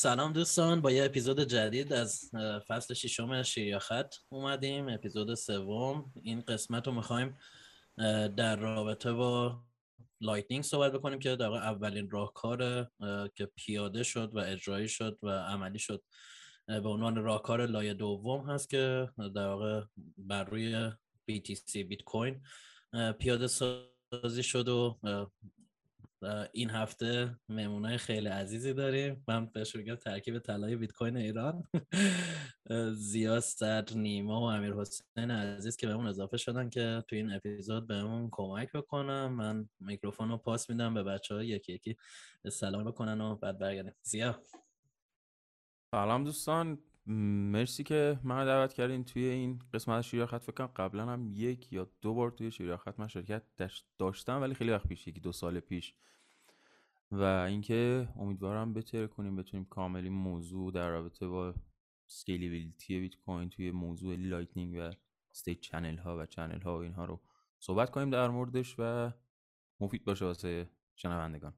سلام دوستان، با یه اپیزود جدید از فصل ششم شیر خط اومدیم. اپیزود سوم. این قسمت رو میخوایم در رابطه با لایتنینگ صحبت بکنیم که در واقع اولین راهکار که پیاده شد و اجرایی شد و عملی شد به عنوان راهکار لایه دوم هست که در واقع بر روی BTC بیت کوین پیاده سازی شد و این هفته مهمونای خیلی عزیزی داریم. من بهش میگم ترکیب طلای بیت کوین ایران. زیا صدر، نیما و امیر حسین عزیز که بهمون اضافه شدن که تو این اپیزود بهمون کمک بکنم. من میکروفون رو پاس میدم به بچه‌ها یکی یکی سلام بکنن و بعد برگردیم. زیا. سلام دوستان، مرسی که منو دعوت کردین توی این قسمت از شیریا خط. فکر کنم قبلا هم یک یا دو بار توی شیریا خط من شرکت داشتم، ولی خیلی وقت پیش، 1-2 سال پیش. و اینکه امیدوارم بتره کنیم بتونیم کامل این موضوع در رابطه با اسکیلیبیلیتی بیت کوین توی موضوع لایتنینگ و استیت چنل ها و چنل ها و اینها رو صحبت کنیم در موردش و مفید باشه واسه شنوندگان.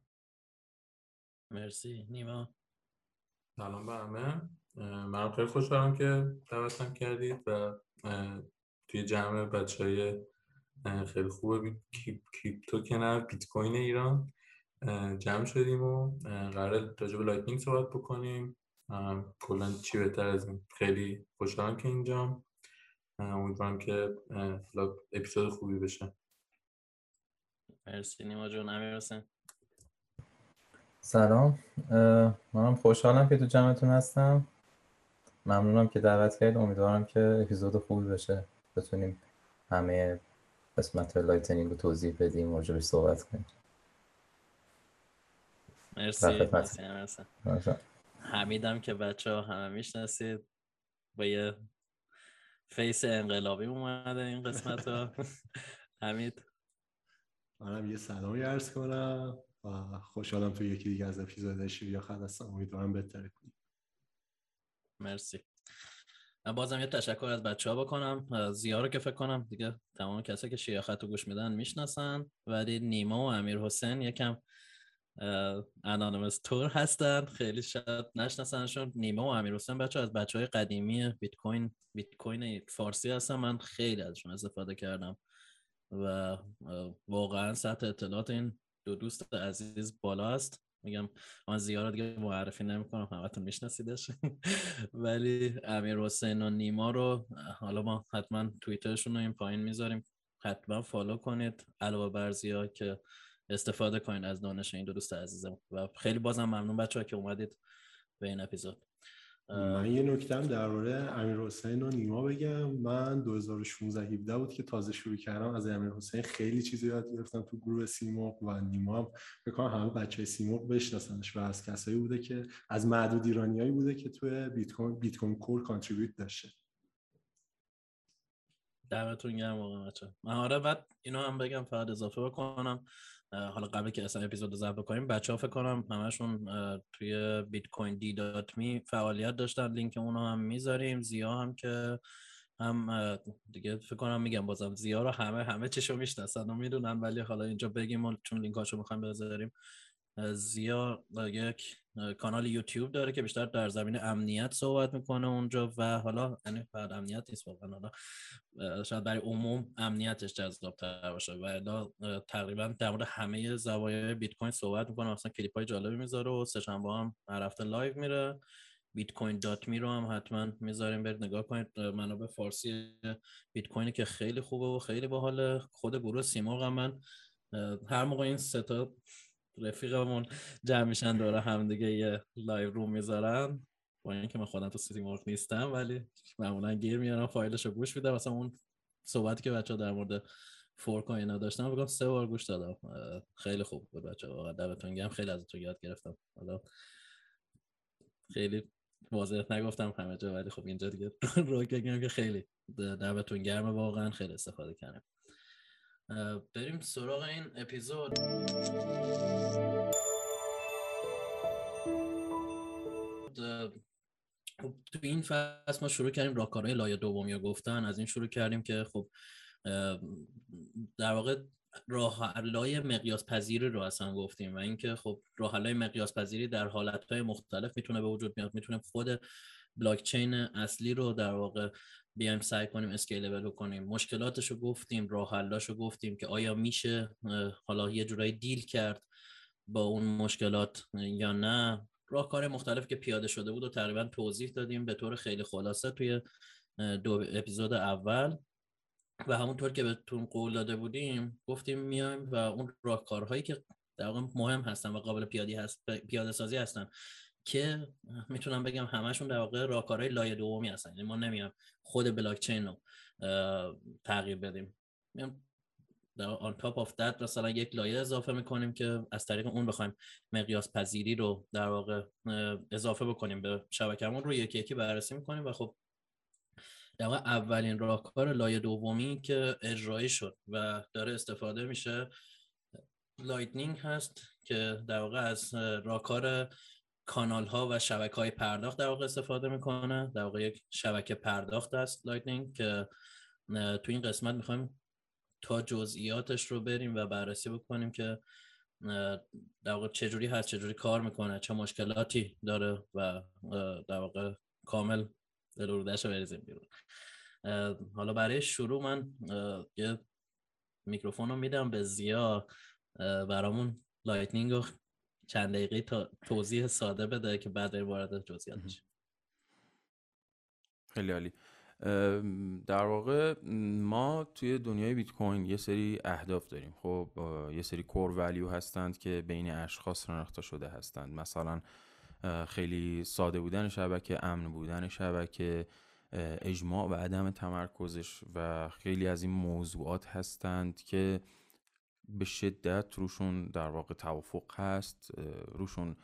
مرسی. نیما. سلام به همه. من خیلی خوشحالم که دعوتم کردید و توی جمع بچهای خیلی خوبه کریپتو کنار بیت کوین ایران جمع شدیم و قراره راجع به لایتنینگ صحبت بکنیم. کلا چی بهتر از این. خیلی خوشحالم که اینجام. امیدوارم که اپیزود خوبی بشه. مرسی نیما جون. امیر حسین. سلام، منم خوشحالم که تو جمعتون هستم. ممنونم که دعوت کردید. امیدوارم که اپیزود خوبی بشه، بتونیم همه قسمت لایتنینگ رو توضیح بدیم و راجعش صحبت کنیم. مرسی. مرسی امیر حسین. حمیدم که بچه‌ها همه میشناسید، با یه فیس انقلابی اومده این قسمت ها. حمید. منم یه سلامی عرض کنم و خوشحالم تو یکی دیگه از اپیزود شیریا خط هستم. امیدوارم بهتره کنیم. مرسی. من بازم یه تشکر از بچه‌ها بکنم. زیا رو که فکر کنم دیگه تمام کسایی که شیریا خط رو گوش میدن میشناسن، ولی نیما و امیر حسین یکم انانیمس تور هستن، خیلی شاید نشناسنشون. نیما و امیر حسین از بچهای قدیمی بیت کوین فارسی هستن. من خیلی ازشون استفاده کردم و واقعا سطح اطلاعات این دو دوست عزیز بالا است. میگم من زیاد دیگه معرفی نمی‌کنم، همتون میشناسیدش. ولی امیر حسین و نیما رو حالا ما حتما توییترشون رو این پایین میذاریم، حتما فالو کنید، علاوه بر زیا که استفاده کنید از دانش این دو دوست عزیزم. و خیلی بازم ممنون بچه‌ها که اومدید به این اپیزود. من یه نکتم درباره امیر حسین و نیما بگم. من 2016-17 بود که تازه شروع کردم. از امیر حسین خیلی چیزی یاد گرفتم تو گروه سیمرغ و نیما هم فکر کنم همه بچهای سیمرغ بشناسنش و از کسایی بوده که از معدود ایرانیایی بوده که توی بیت کوین کور کانتریبیوت داشته. دمتون گرم واقعا بچه‌ها. من بعد اینو هم بگم، فقط اضافه بکنم، حالا قبل که اصلا اپیزود رو ضبط کنیم، بچه‌ها فکر کنم همشون توی bitcoin.d.me فعالیت داشتن، لینک اونو هم میذاریم. زیا هم که هم دیگه فکر کنم میگم بازم زیا رو همه چیشو میشناسن و میدونن، ولی حالا اینجا بگیم چون لینکاشو میخوایم بذاریم. زیا یک کانال یوتیوب داره که بیشتر در زمینه امنیت صحبت میکنه اونجا، و حالا یعنی فقط امنیت نیست واقعا، حالا شاید برای عموم امنیتش جذاب‌تر باشه و الا تقریبا در مورد همه زوایای بیت کوین صحبت میکنه. مثلا کلیپ‌های جالبی میذاره و سه شنبه هم هر هفته لایو میره. bitcoin.me رو هم حتما میذاریم برید نگاه کنید. منابع فارسی بیت کوینی که خیلی خوبه و خیلی باحاله. خود گروه سیمرغ هم من هر موقع این سه تا رفیقمون جمع میشن دوره هم دیگه یه لایو روم میذارن، با اینکه من خودم تو سیمرغ نیستم ولی معمولا گیر میارم فایلشو گوش میدم. مثلا اون صحبتی که بچه‌ها در مورد فورک و اینا داشتن بگم 3 بار گوش دادم. خیلی خوب بود بچه‌ها، واقعا دمتون گرم، خیلی ازتون یاد گرفتم. حالا خیلی واضح نگفتم همه جا، ولی خب اینجا دیگه رو بگم که خیلی دمتون گرم، واقعا خیلی استفاده کردم. بریم سراغ این اپیزود. تو این فصل ما شروع کردیم راهکارهای لایه دومی رو گفتن. از این شروع کردیم که خب در واقع راه حل‌های مقیاس پذیری رو اصلا گفتیم و اینکه خب راه حل‌های مقیاس پذیری در حالت‌های مختلف میتونه به وجود بیاد. میتونیم خود بلاک چین اصلی رو در واقع بیایم سعی کنیم اسکیلبل کنیم. مشکلاتش رو گفتیم، راه حل‌هاش رو گفتیم که آیا میشه حالا یه جورایی دیل کرد با اون مشکلات یا نه. راهکار مختلف که پیاده شده بود و تقریبا توضیح دادیم به طور خیلی خلاصه توی 2 اپیزود اول و همونطور که بهتون قول داده بودیم گفتیم میایم و اون راهکارهایی که در واقع مهم هستن و قابل پیاده سازی هستن که میتونم بگم همشون در واقع راهکارهای لایه دومی هستن. یعنی ما نمیایم خود بلاک چین رو تغییر بدیم، میایم on top of that مثلا یک لایه اضافه میکنیم که از طریق اون بخوایم مقیاس پذیری رو در واقع اضافه بکنیم به شبکه‌مون رو یکی یکی بررسی میکنیم. و خب در واقع اولین راهکار لایه دومی که اجرایی شد و داره استفاده میشه لایتنینگ هست که در واقع از راهکار کانال ها و شبکه های پرداخت در واقع استفاده میکنه. در واقع یک شبکه پرداخت است لایتنینگ که تو این قسمت میخوایم تا جزئیاتش رو بریم و بررسی بکنیم که در واقع چجوری هست، چجوری کار میکنه، چه مشکلاتی داره و در واقع کامل دلوردش رو بریزیم بیرون. حالا برای شروع من یه میکروفون رو میدم به زیا برامون لایتنینگ رو چند دقیقه تا توضیح ساده بده که بعد وارد جزئیات بشیم. خیلی عالی. در واقع ما توی دنیای بیت کوین یه سری اهداف داریم. خب یه سری کور ولیو هستند که بین اشخاص شناخته شده هستند. مثلا خیلی ساده بودن شبکه، امن بودن شبکه، اجماع و عدم تمرکزش و خیلی از این موضوعات هستند که به شدت روشون در واقع توافق هست، روشون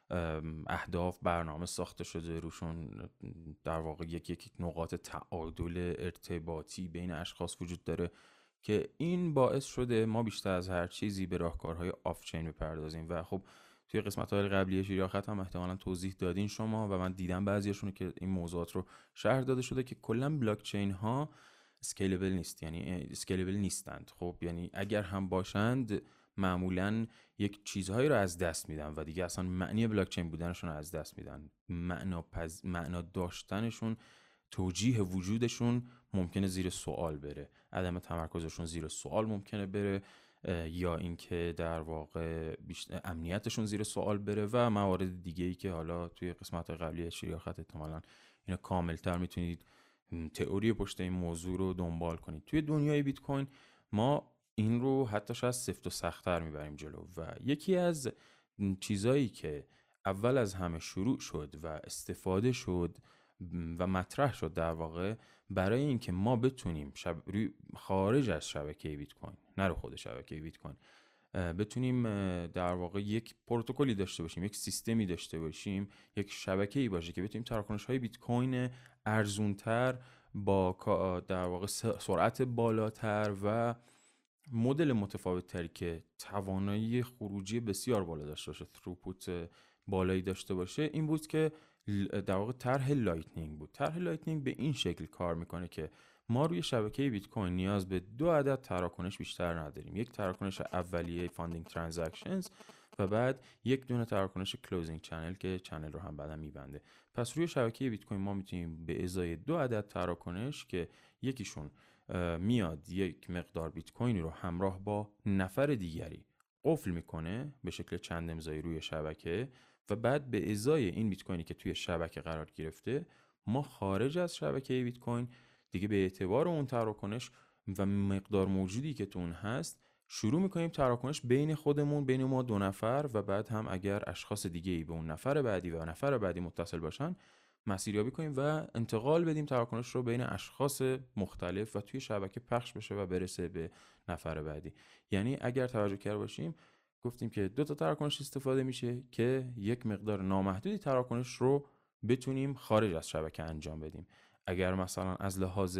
اهداف برنامه ساخته شده، روشون در واقع یک نقاط تعادل ارتباطی بین اشخاص وجود داره که این باعث شده ما بیشتر از هر چیزی به راهکارهای آف چین بپردازیم. و خب توی قسمت‌های قبلی شیراخت هم احتمالاً توضیح دادین شما و من دیدم بعضیاشون که این موضوعات رو شرح داده شده که کلاً بلاک چین ها اسکیلبل نیست، یعنی اسکیلبل نیستند. خب یعنی اگر هم باشند معمولاً یک چیزهایی رو از دست میدن و دیگه اصلا معنی بلاک چین بودنشون رو از دست میدن. معنا داشتنشون، توجیه وجودشون ممکنه زیر سوال بره، عدم تمرکزشون زیر سوال ممکنه بره، یا اینکه در واقع امنیتشون زیر سوال بره و موارد دیگه‌ای که حالا توی قسمت قبلی شیراخت احتمالاً اینا کاملتر میتونید تئوری پشت این موضوع رو دنبال کنید. توی دنیای بیت کوین ما این رو حتی شاید سفت و سخت‌تر میبریم جلو و یکی از چیزایی که اول از همه شروع شد و استفاده شد و مطرح شد در واقع برای اینکه ما بتونیم خارج از شبکه بیت کوین، نه رو خود شبکه بیت کوین، بتونیم در واقع یک پروتکلی داشته باشیم، یک سیستمی داشته باشیم، یک شبکه‌ای باشه که بتونیم تراکنش‌های بیت کوین ارزونتر با در واقع سرعت بالاتر و مدل متفاوت تری که توانایی خروجی بسیار بالا داشته باشه، تروپوت بالایی داشته باشه، این بود که در واقع طرح لایتنینگ بود. طرح لایتنینگ به این شکل کار میکنه که ما روی شبکه بیت کوین نیاز به 2 عدد تراکنش بیشتر نداریم. یک تراکنش اولیه فاندینگ ترانزکشنز و بعد یک دونه تراکنش کلوزینگ چنل که چنل رو هم بعدا میبنده. پس روی شبکه بیت کوین ما میتونیم به ازای 2 عدد تراکنش که یکیشون میاد یک مقدار بیت کوین رو همراه با نفر دیگری قفل میکنه به شکل چند امضایی روی شبکه و بعد به ازای این بیت کوینی که توی شبکه قرار گرفته ما خارج از شبکه بیت کوین دیگه به اعتبار اون تراکنش و مقدار موجودی که تو اون هست شروع میکنیم تراکنش بین خودمون، بین ما 2 نفر و بعد هم اگر اشخاص دیگه‌ای به اون نفر بعدی و نفر بعدی متصل باشن مسیریابی کنیم و انتقال بدیم تراکنش رو بین اشخاص مختلف و توی شبکه پخش بشه و برسه به نفر بعدی. یعنی اگر توجه کرده باشیم گفتیم که 2 تا تراکنش استفاده میشه که یک مقدار نامحدودی تراکنش رو بتونیم خارج از شبکه انجام بدیم. اگر مثلا از لحاظ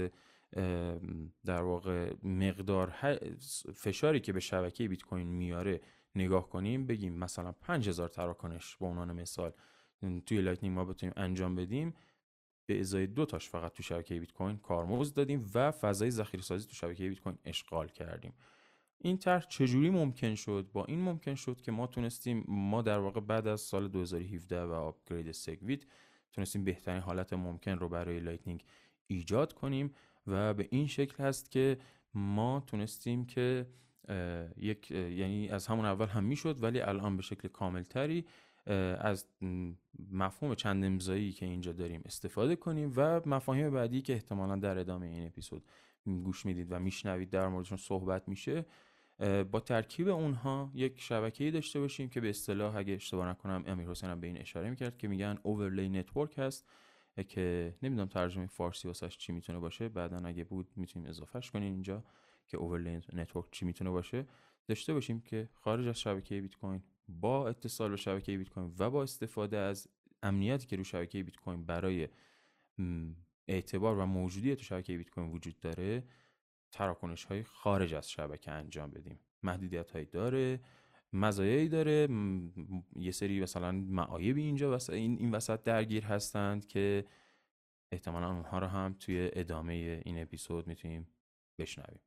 در واقع مقدار فشاری که به شبکه بیت کوین میاره نگاه کنیم، بگیم مثلا 5000 تراکنش به عنوان مثال توی لایتنینگ ما بتونیم انجام بدیم، به ازای 2 تاش فقط تو شبکه بیت کوین کارمزد دادیم و فضای ذخیره‌سازی تو شبکه بیت کوین اشغال کردیم. این طرح چجوری ممکن شد؟ با این ممکن شد که ما در واقع بعد از سال 2017 و آپگرید سگویت تونستیم بهترین حالت ممکن رو برای لایتنینگ ایجاد کنیم و به این شکل هست که ما تونستیم که یعنی از همون اول هم میشد ولی الان به شکل کاملتری از مفهوم چند امضایی که اینجا داریم استفاده کنیم و مفاهیم بعدی که احتمالاً در ادامه این اپیزود گوش میدید و میشنوید در موردشون صحبت میشه، با ترکیب اونها یک شبکه‌ای داشته باشیم که به اصطلاح اگه اشتباه نکنم امیرحسین هم به این اشاره میکرد که میگن اوورلی نتورک هست که نمیدونم ترجمه فارسی واسش چی میتونه باشه، بعدن اگه بود میتونیم اضافهش کنیم اینجا که اوورلی نتورک چی میتونه باشه. داشته باشیم که خارج از شبکه بیت کوین با اتصال به شبکه بیت کوین و با استفاده از امنیتی که رو شبکه بیت کوین برای اعتبار و موجودیت شبکه بیت کوین وجود داره تراکنش‌های خارج از شبکه انجام بدیم. محدودیت‌هایی داره، مزایایی داره، یه سری مثلا معایبی اینجا این وسط درگیر هستند که احتمالاً اونها رو هم توی ادامه این اپیزود میتونیم بشنویم.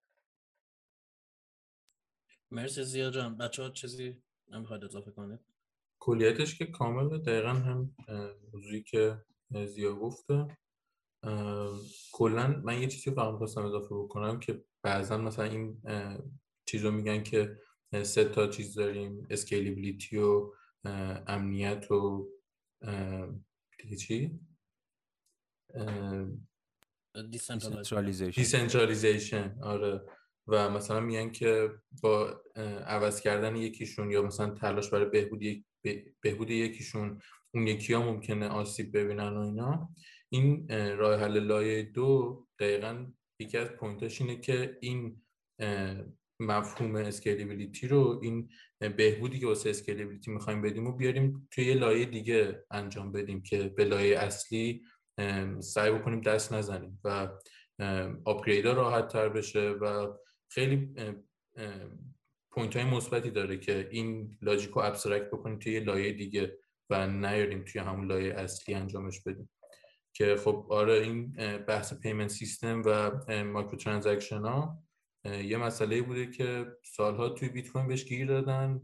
مرسی زیا جان. بچه‌ها چیزی نمیخواید اضافه کنید؟ کلیتش که کامله، دقیقا هم موضوعی که زیا گفته. کلا من یه چیزی فقط می‌خواستم اضافه بکنم که بعضا مثلا این چیزو میگن که 3 تا چیز داریم، اسکیلیبیلیتی و امنیت و دیگه چی؟ دیسنترالیزیشن. آره. و مثلا میگن که با عوض کردن یکیشون یا مثلا تلاش برای بهبود یکیشون اون یکی ها ممکنه آسیب ببینن و اینا. این راه حل لایه 2 دقیقاً یکی از پوینتاش اینه که این مفهوم اسکیلیبیلیتی رو، این بهبودی که واسه اسکیلیبیلیتی میخوایم بدیم و بیاریم توی یه لایه دیگه انجام بدیم که به لایه اصلی سعی بکنیم دست نزنیم و آپگریدها راحت تر بشه و خیلی پوینت های مثبتی داره که این لاجیک رو ابسترکت بکنیم توی یه لایه دیگه و نیاریم توی همون لایه اصلی انجامش بدیم. که خب آره، این بحث پیمنت سیستم و مایکرو ترانزکشن ها یه مسئله بوده که سالها توی بیت کوین بهش گیر دادن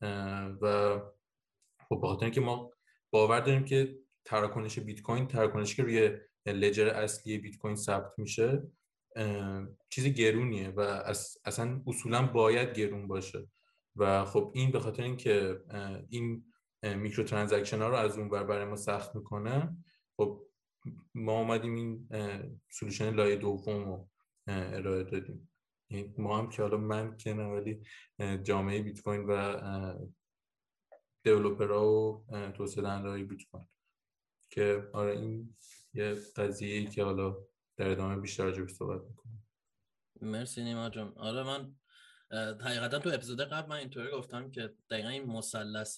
و خب بخاطر اینکه ما باور داریم که تراکنش بیت کوین، تراکنشی که روی لجر اصلی بیت کوین ثبت میشه، چیز گرونیه و اصلا اصولا باید گرون باشه و خب این به خاطر اینکه این میکرو ترانزکشن ها رو از اون ور برای ما سخت میکنه، خب ما اومدیم این سولوشن لایه دوم رو ارائه دادیم. ما هم که حالا من که نه، ولی جامعه بیت کوین و دیولپرها و توسعه دهنده‌های بیت کوین، که آره این یه قضیه‌ای که حالا در ادامه بیشتر راجعش صحبت می‌کنیم. مرسی نیما جان. آره من حقیقتا تو اپیزود قبل من اینطوری گفتم که دقیقا این مثلث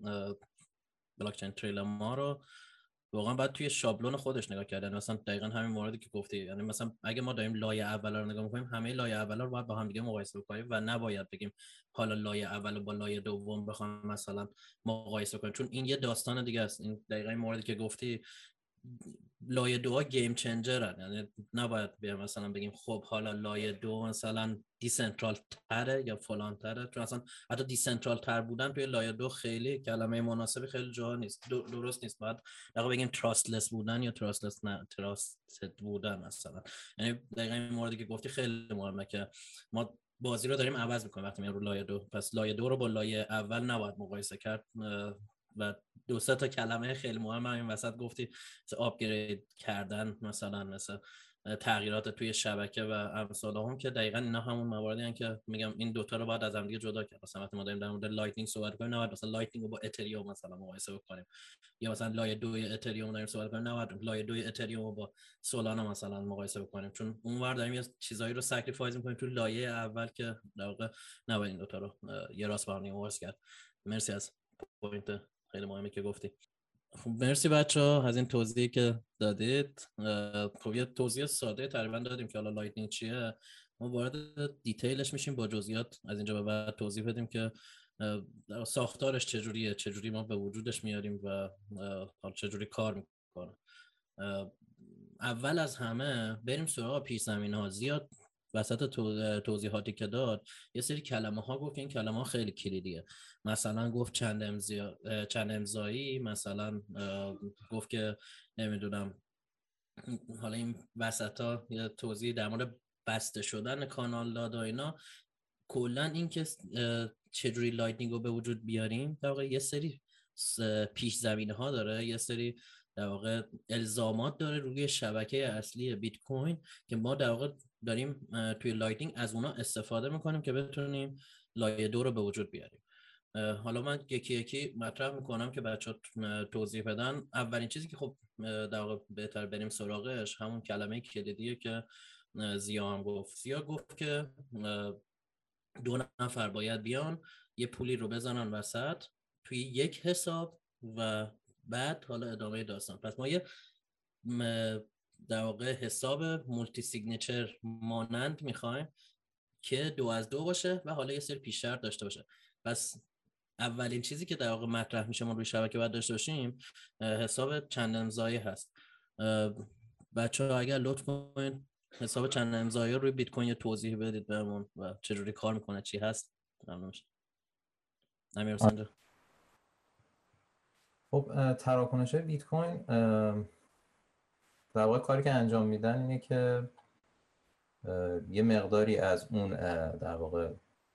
بلاکچین تریلما رو واقعا باید توی شابلون خودش نگاه کردن. مثلا دقیقا همین موردی که گفتی، یعنی مثلا اگه ما داریم لایه اول رو نگاه می‌کنیم، همه لایه اول رو باید با هم دیگه مقایسه بکنیم و نباید بگیم حالا لایه اول رو با لایه دوم بخوام مثلا مقایسه کنیم، چون این یه داستان دیگه است. این دقیقا این موردی که گفتی، لایه 2 گیم چنجرن، یعنی نباید بیایم مثلا بگیم خب حالا لایه 2 مثلا دیسنترال تره یا فلان تره، چون اصلا حتی دیسنترال تر بودن توی لایه 2 خیلی کلمه مناسبی خیلی جا نیست، درست نیست. باید دقیقا بگیم تراستلس بودن یا تراستد بودن مثلا. یعنی دقیقا این موردی که گفتی خیلی مهمه که ما بازی رو داریم عوض میکنیم وقتی میایم رو لایه 2. پس لایه 2 رو با لایه اول نباید مقایسه کرد و 2-3 تا کلمه خیلی مهم این وسط گفتی، مثل آپگرید کردن، مثلا مثل تغییرات توی شبکه و امثال هم، که دقیقاً اینا همون مواردی هستن که میگم این دوتا رو باید از هم دیگه جدا کرد. مثلا وقتی ما داریم در مورد لایتنینگ صحبت کنیم، نباید مثلا لایتنینگ رو با اتریوم مثلا مقایسه بکنیم، یا مثلا لایه 2 اتریوم داریم صحبت کنیم، نباید لایه 2 اتریوم رو با سولانا مثلا مقایسه بکنیم، چون اونور داریم یه چیزایی رو سکریفایز می‌کنیم تو لایه اول که در واقع نباید این دوتا رو یه راست با هم مقایسه کرد. مرسی از پوینت خیلی مهمی که گفتی. خب مرسی بچه‌ها از این توضیحی که دادید. خب یه توضیح ساده تقریبا دادیم که حالا لایتنینگ چیه. ما وارد دیتیلش میشیم با جزئیات از اینجا به بعد توضیح بدیم که ساختارش چجوریه، چجوری ما به وجودش میاریم و چجوری کار میکنه. اول از همه بریم سراغ پیش زمینه‌ها. زیاد وسط توضیحاتی که داد یه سری کلمه ها گفت که این کلمه ها خیلی کلیدیه. مثلا گفت چند امضایی، مثلا گفت که نمیدونم حالا این وسط ها یه توضیح در مورد بسته شدن کانال داد و اینا. کلا این که چجوری لایتنینگ رو به وجود بیاریم در واقع یه سری پیش زمینه ها داره، یه سری در واقع الزامات داره روی شبکه اصلی بیت کوین که ما در واقع داریم توی لایتنینگ از اونا استفاده میکنیم که بتونیم لایه 2 رو به وجود بیاریم. حالا من یکی یکی مطرح میکنم که بچه‌ها توضیح بدن. اولین چیزی که خب در واقع بهتر بریم سراغش همون کلمه کلیدیه که زیا هم گفت. زیا گفت که 2 نفر باید بیان یه پولی رو بزنن وسط توی یک حساب و بعد حالا ادامه داستان. پس ما یه در واقع حساب مولتی سیگنیچر مانند میخوایم که 2 از 2 باشه و حالا یه سری پیش شرط داشته باشه. پس اولین چیزی که در واقع مطرح میشه ما روی شبکه باید داشته باشیم حساب چند امضایی هست. بچه‌ها اگر لطف کنید حساب چند امضایی روی بیت کوین توضیح بدید بهمون و چجوری کار میکنه، چی هست. ممنون میشم. امیر حسین. خب تراکنش بیت کوین در واقع کاری که انجام میدن اینه که یه مقداری از اون در واقع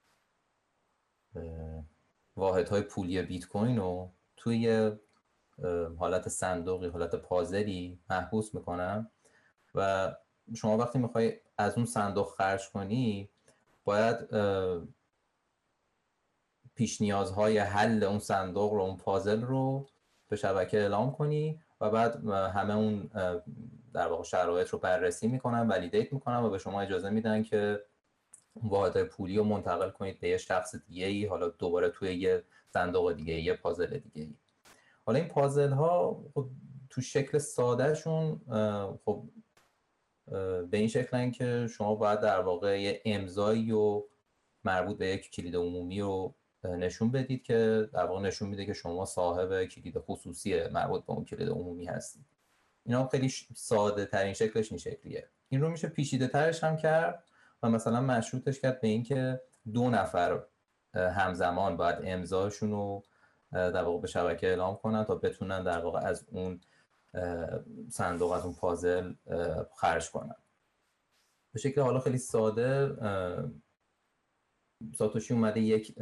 واحدهای پولی بیت کوین رو توی حالت صندوقی، حالت پازلی محبوس میکنن و شما وقتی میخوای از اون صندوق خرج کنی باید پیش نیازهای حل اون صندوق رو، اون پازل رو به شبکه اعلام کنی و بعد همه اون در واقع شرایط رو بررسی میکنن، ولیدیت میکنن و به شما اجازه میدن که واحد پولی رو منتقل کنید به یه شخص دیگه‌ای، حالا دوباره توی یه صندوق دیگه، یه پازل دیگه‌ای. حالا این پازل ها خب تو شکل ساده شون خب به این شکلن که شما باید در واقع یه امضایی و مربوط به یک کلید عمومی رو نشون بدید که در واقع نشون میده که شما صاحب کلید خصوصی مربوط به اون کلید عمومی هستید. اینا خیلی ساده ترین شکلش این شکلیه. این رو میشه پیچیده ترش هم کرد و مثلا مشروطش کرد به این که 2 نفر همزمان باید امضاشون رو در واقع به شبکه اعلام کنن تا بتونن در واقع از اون صندوق، از اون پازل خرج کنن. به شکل حالا خیلی ساده ساتوشی اومده یک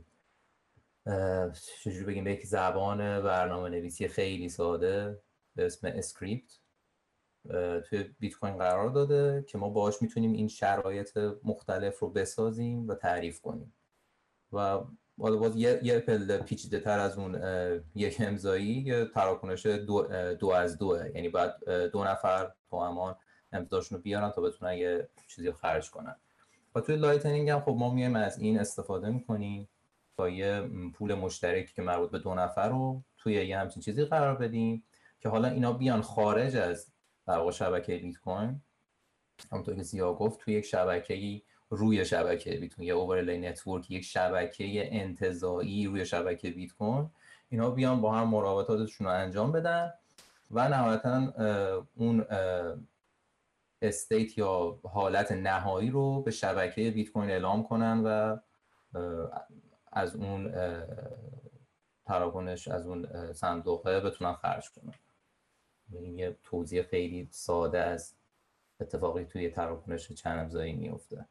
چجوری بگیم یک زبان برنامه نویسی خیلی ساده به اسم اسکریپت توی بیت کوین قرار داده که ما باهاش میتونیم این شرایط مختلف رو بسازیم و تعریف کنیم و باز یه پله پیچیده تر از اون یک امضایی یه تراکنش 2 از 2، یعنی باید 2 نفر توامان امضاشون رو بیارن تا بتونن یه چیزی رو خرج کنن. و توی لایتنینگ هم خب ما میایم از این استفاده میکنیم تا یه پول مشترکی که مربوط به 2 نفر رو توی یه همچین چیزی قرار بدیم که حالا اینا بیان خارج از در واقع شبکه بیت کوین، همونطور که زیا گفت توی یک شبکه‌ای روی شبکه بیت کوین، یه اوورلی نتورک، یک شبکه انتزاعی روی شبکه بیت کوین، اینا بیان با هم مرابطاتشون رو انجام بدن و نهایتاً اون استیت یا حالت نهایی رو به شبکه بیت کوین اعلام کنن و از اون تراکنش، از اون صندوقه بتونن خرج کنن. این یه توضیح خیلی ساده از اتفاقی توی تراکنش چند امضایی میفته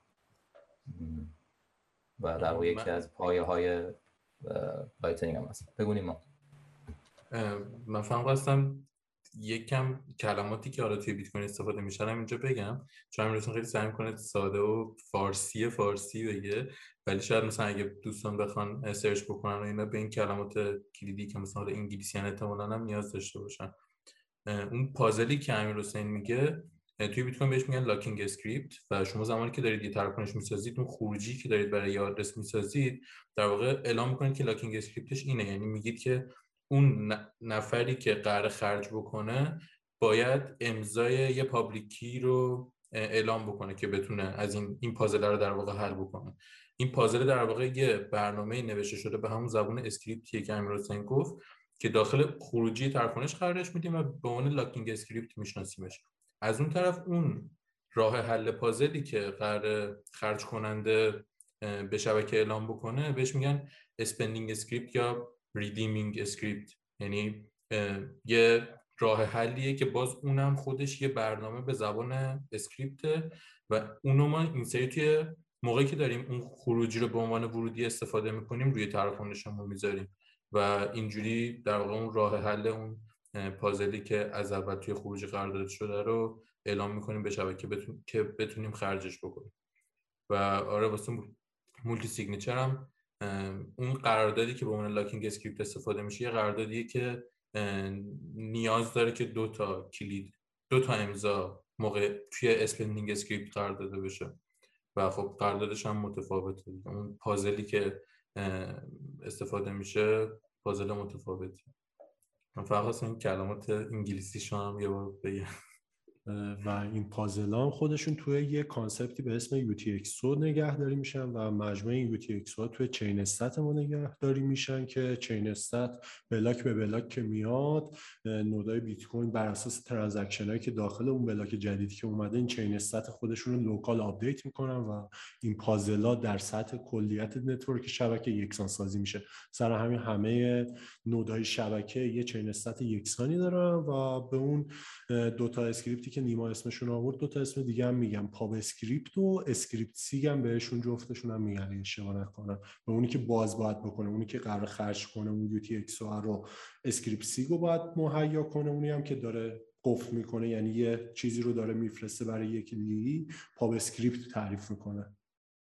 و در واقع یکی از پایه‌های لایتنینگ هم هست. بگونیم ما. من فهم خواستم یکم کلماتی که حالا توی بیت کوین استفاده میشن هم اینجا بگم، چون امیرحسین خیلی سعی میکنه ساده و فارسی بگه، ولی شاید مثلا اگه دوستان بخوان سرچ بکنن و اینا به این کلمات کلیدی که مثلا انگلیسی ان احتمالاً هم نیاز داشته باشن. اون پازلی که امیرحسین میگه توی بیت کوین بهش میگن لاکینگ اسکریپت و شما زمانی که دارید یه تراکنش میسازید، اون خروجی که دارید برای یه آدرس میسازید در واقع اعلام میکنید که لاکینگ اسکریپتش اینه، یعنی میگید که اون نفری که قرار خرج بکنه باید امضای یه پابلیکی رو اعلام بکنه که بتونه از این پازل رو در واقع حل بکنه. این پازل در واقع یه برنامه نوشته شده به همون زبان اسکریپتیه که امیرحسین گفت که داخل خروجی تراکنش قرارش میدیم و به عنوان لاکینگ اسکریپت میشناسیمش. از اون طرف اون راه حل پازلی که قرار خرج کننده به شبکه اعلام بکنه بهش میگن اسپندینگ اسکریپت یا ریدیمینگ اسکریپت. یعنی یه راه حلیه که باز اونم خودش یه برنامه به زبان اسکریپته و اونو ما این سری توی موقعی که داریم اون خروجی رو به عنوان ورودی استفاده میکنیم روی تراکنشمون میذاریم و اینجوری در واقع اون راه حل اون پازلی که از اول توی خروجی قرار داده شده رو اعلام میکنیم به شبکه که بتونیم خرجش بکنیم. و آره واسه مولتی سیگنیچر هم اون قراردادی که به عنوان لاکینگ اسکریپت استفاده میشه یه قراردادیه که نیاز داره که 2 تا کلید 2 تا امضا موقع توی اسپندینگ اسکریپت قرار داده بشه و خب قراردادش هم متفاوته. اون پازلی که استفاده میشه پازل متفاوتی. من فقط خواستم این کلمات انگلیسیشون هم یه بار بگم. و این پازل ها خودشون توی یه کانسپتی به اسم UTXO نگهداری میشن و مجموعه این UTXO ها توی چین استت ما نگهداری میشن که چین استت بلاک به بلاک که میاد نودای بیت کوین بر اساس ترانزکشن هایی که داخل اون بلاک جدیدی که اومده این چین استت خودشون رو لوکال آپدیت میکنن و این پازل ها در سطح کلیت نتورک شبکه یکسان سازی میشه. سر همین همه نودهای شبکه یه چین استت یکسانی دارن و به اون 2 تا اسکریپتی که نیما اسمشون آورد 2 تا اسم دیگه هم میگم، پاب اسکریپت و اسکریپت سیگ هم بهشون جفتشون هم میگن اشتباه نکنم. و اونی که باز باید بکنه، اونی که قرار خرج کنه اون UTXO رو اسکریپت سیگ رو باید مهیا کنه، اونی هم که داره قفل میکنه یعنی یه چیزی رو داره میفرسته برای یک لیگی پاب اسکریپت تعریف میکنه.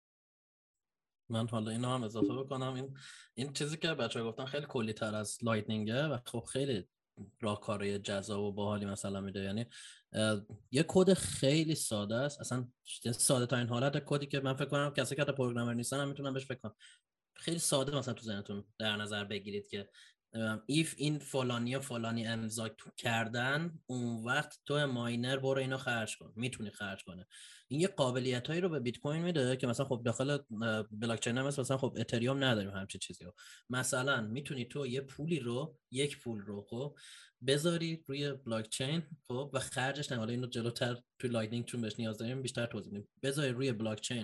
من حالا اینو هم اضافه بکنم، این چیزی که بچه‌ها گفتن خیلی کلی تر از لایتنینگه و خب خیلی راهکارهای جذاب و باحالی مثلا میده. یعنی یه کد خیلی ساده است، اصلا ساده تا این حالت کدی که من فکر کنم کسی که پروگرامر نیستن هم میتونن بهش فکر کنن. خیلی ساده مثلا تو ذهنتون در نظر بگیرید که if این فلانی و فلانی امضا کردن اون وقت تو ماینر برو اینو خرج کن، میتونی خرج کنه. این یه قابلیتایی رو به بیت کوین میده که مثلا خب داخل بلاک چین مثلا خب اتریوم نداریم همچین چیزی رو. مثلا میتونی تو یه یک پول رو خب بذاری روی بلاک چین خب و خرجش حالا اینو جلوتر تو لایتنینگ چون بهش نیاز داریم بیشتر توضیح میدیم، بذاری روی بلاک چین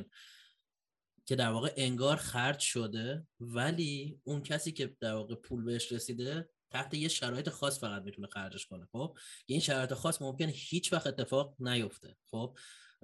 که در واقع انگار خرج شده ولی اون کسی که در واقع پول بهش رسیده تحت یه شرایط خاص فقط میتونه خرجش کنه. خب این شرایط خاص ممکنه هیچ وقت اتفاق نیفته. خب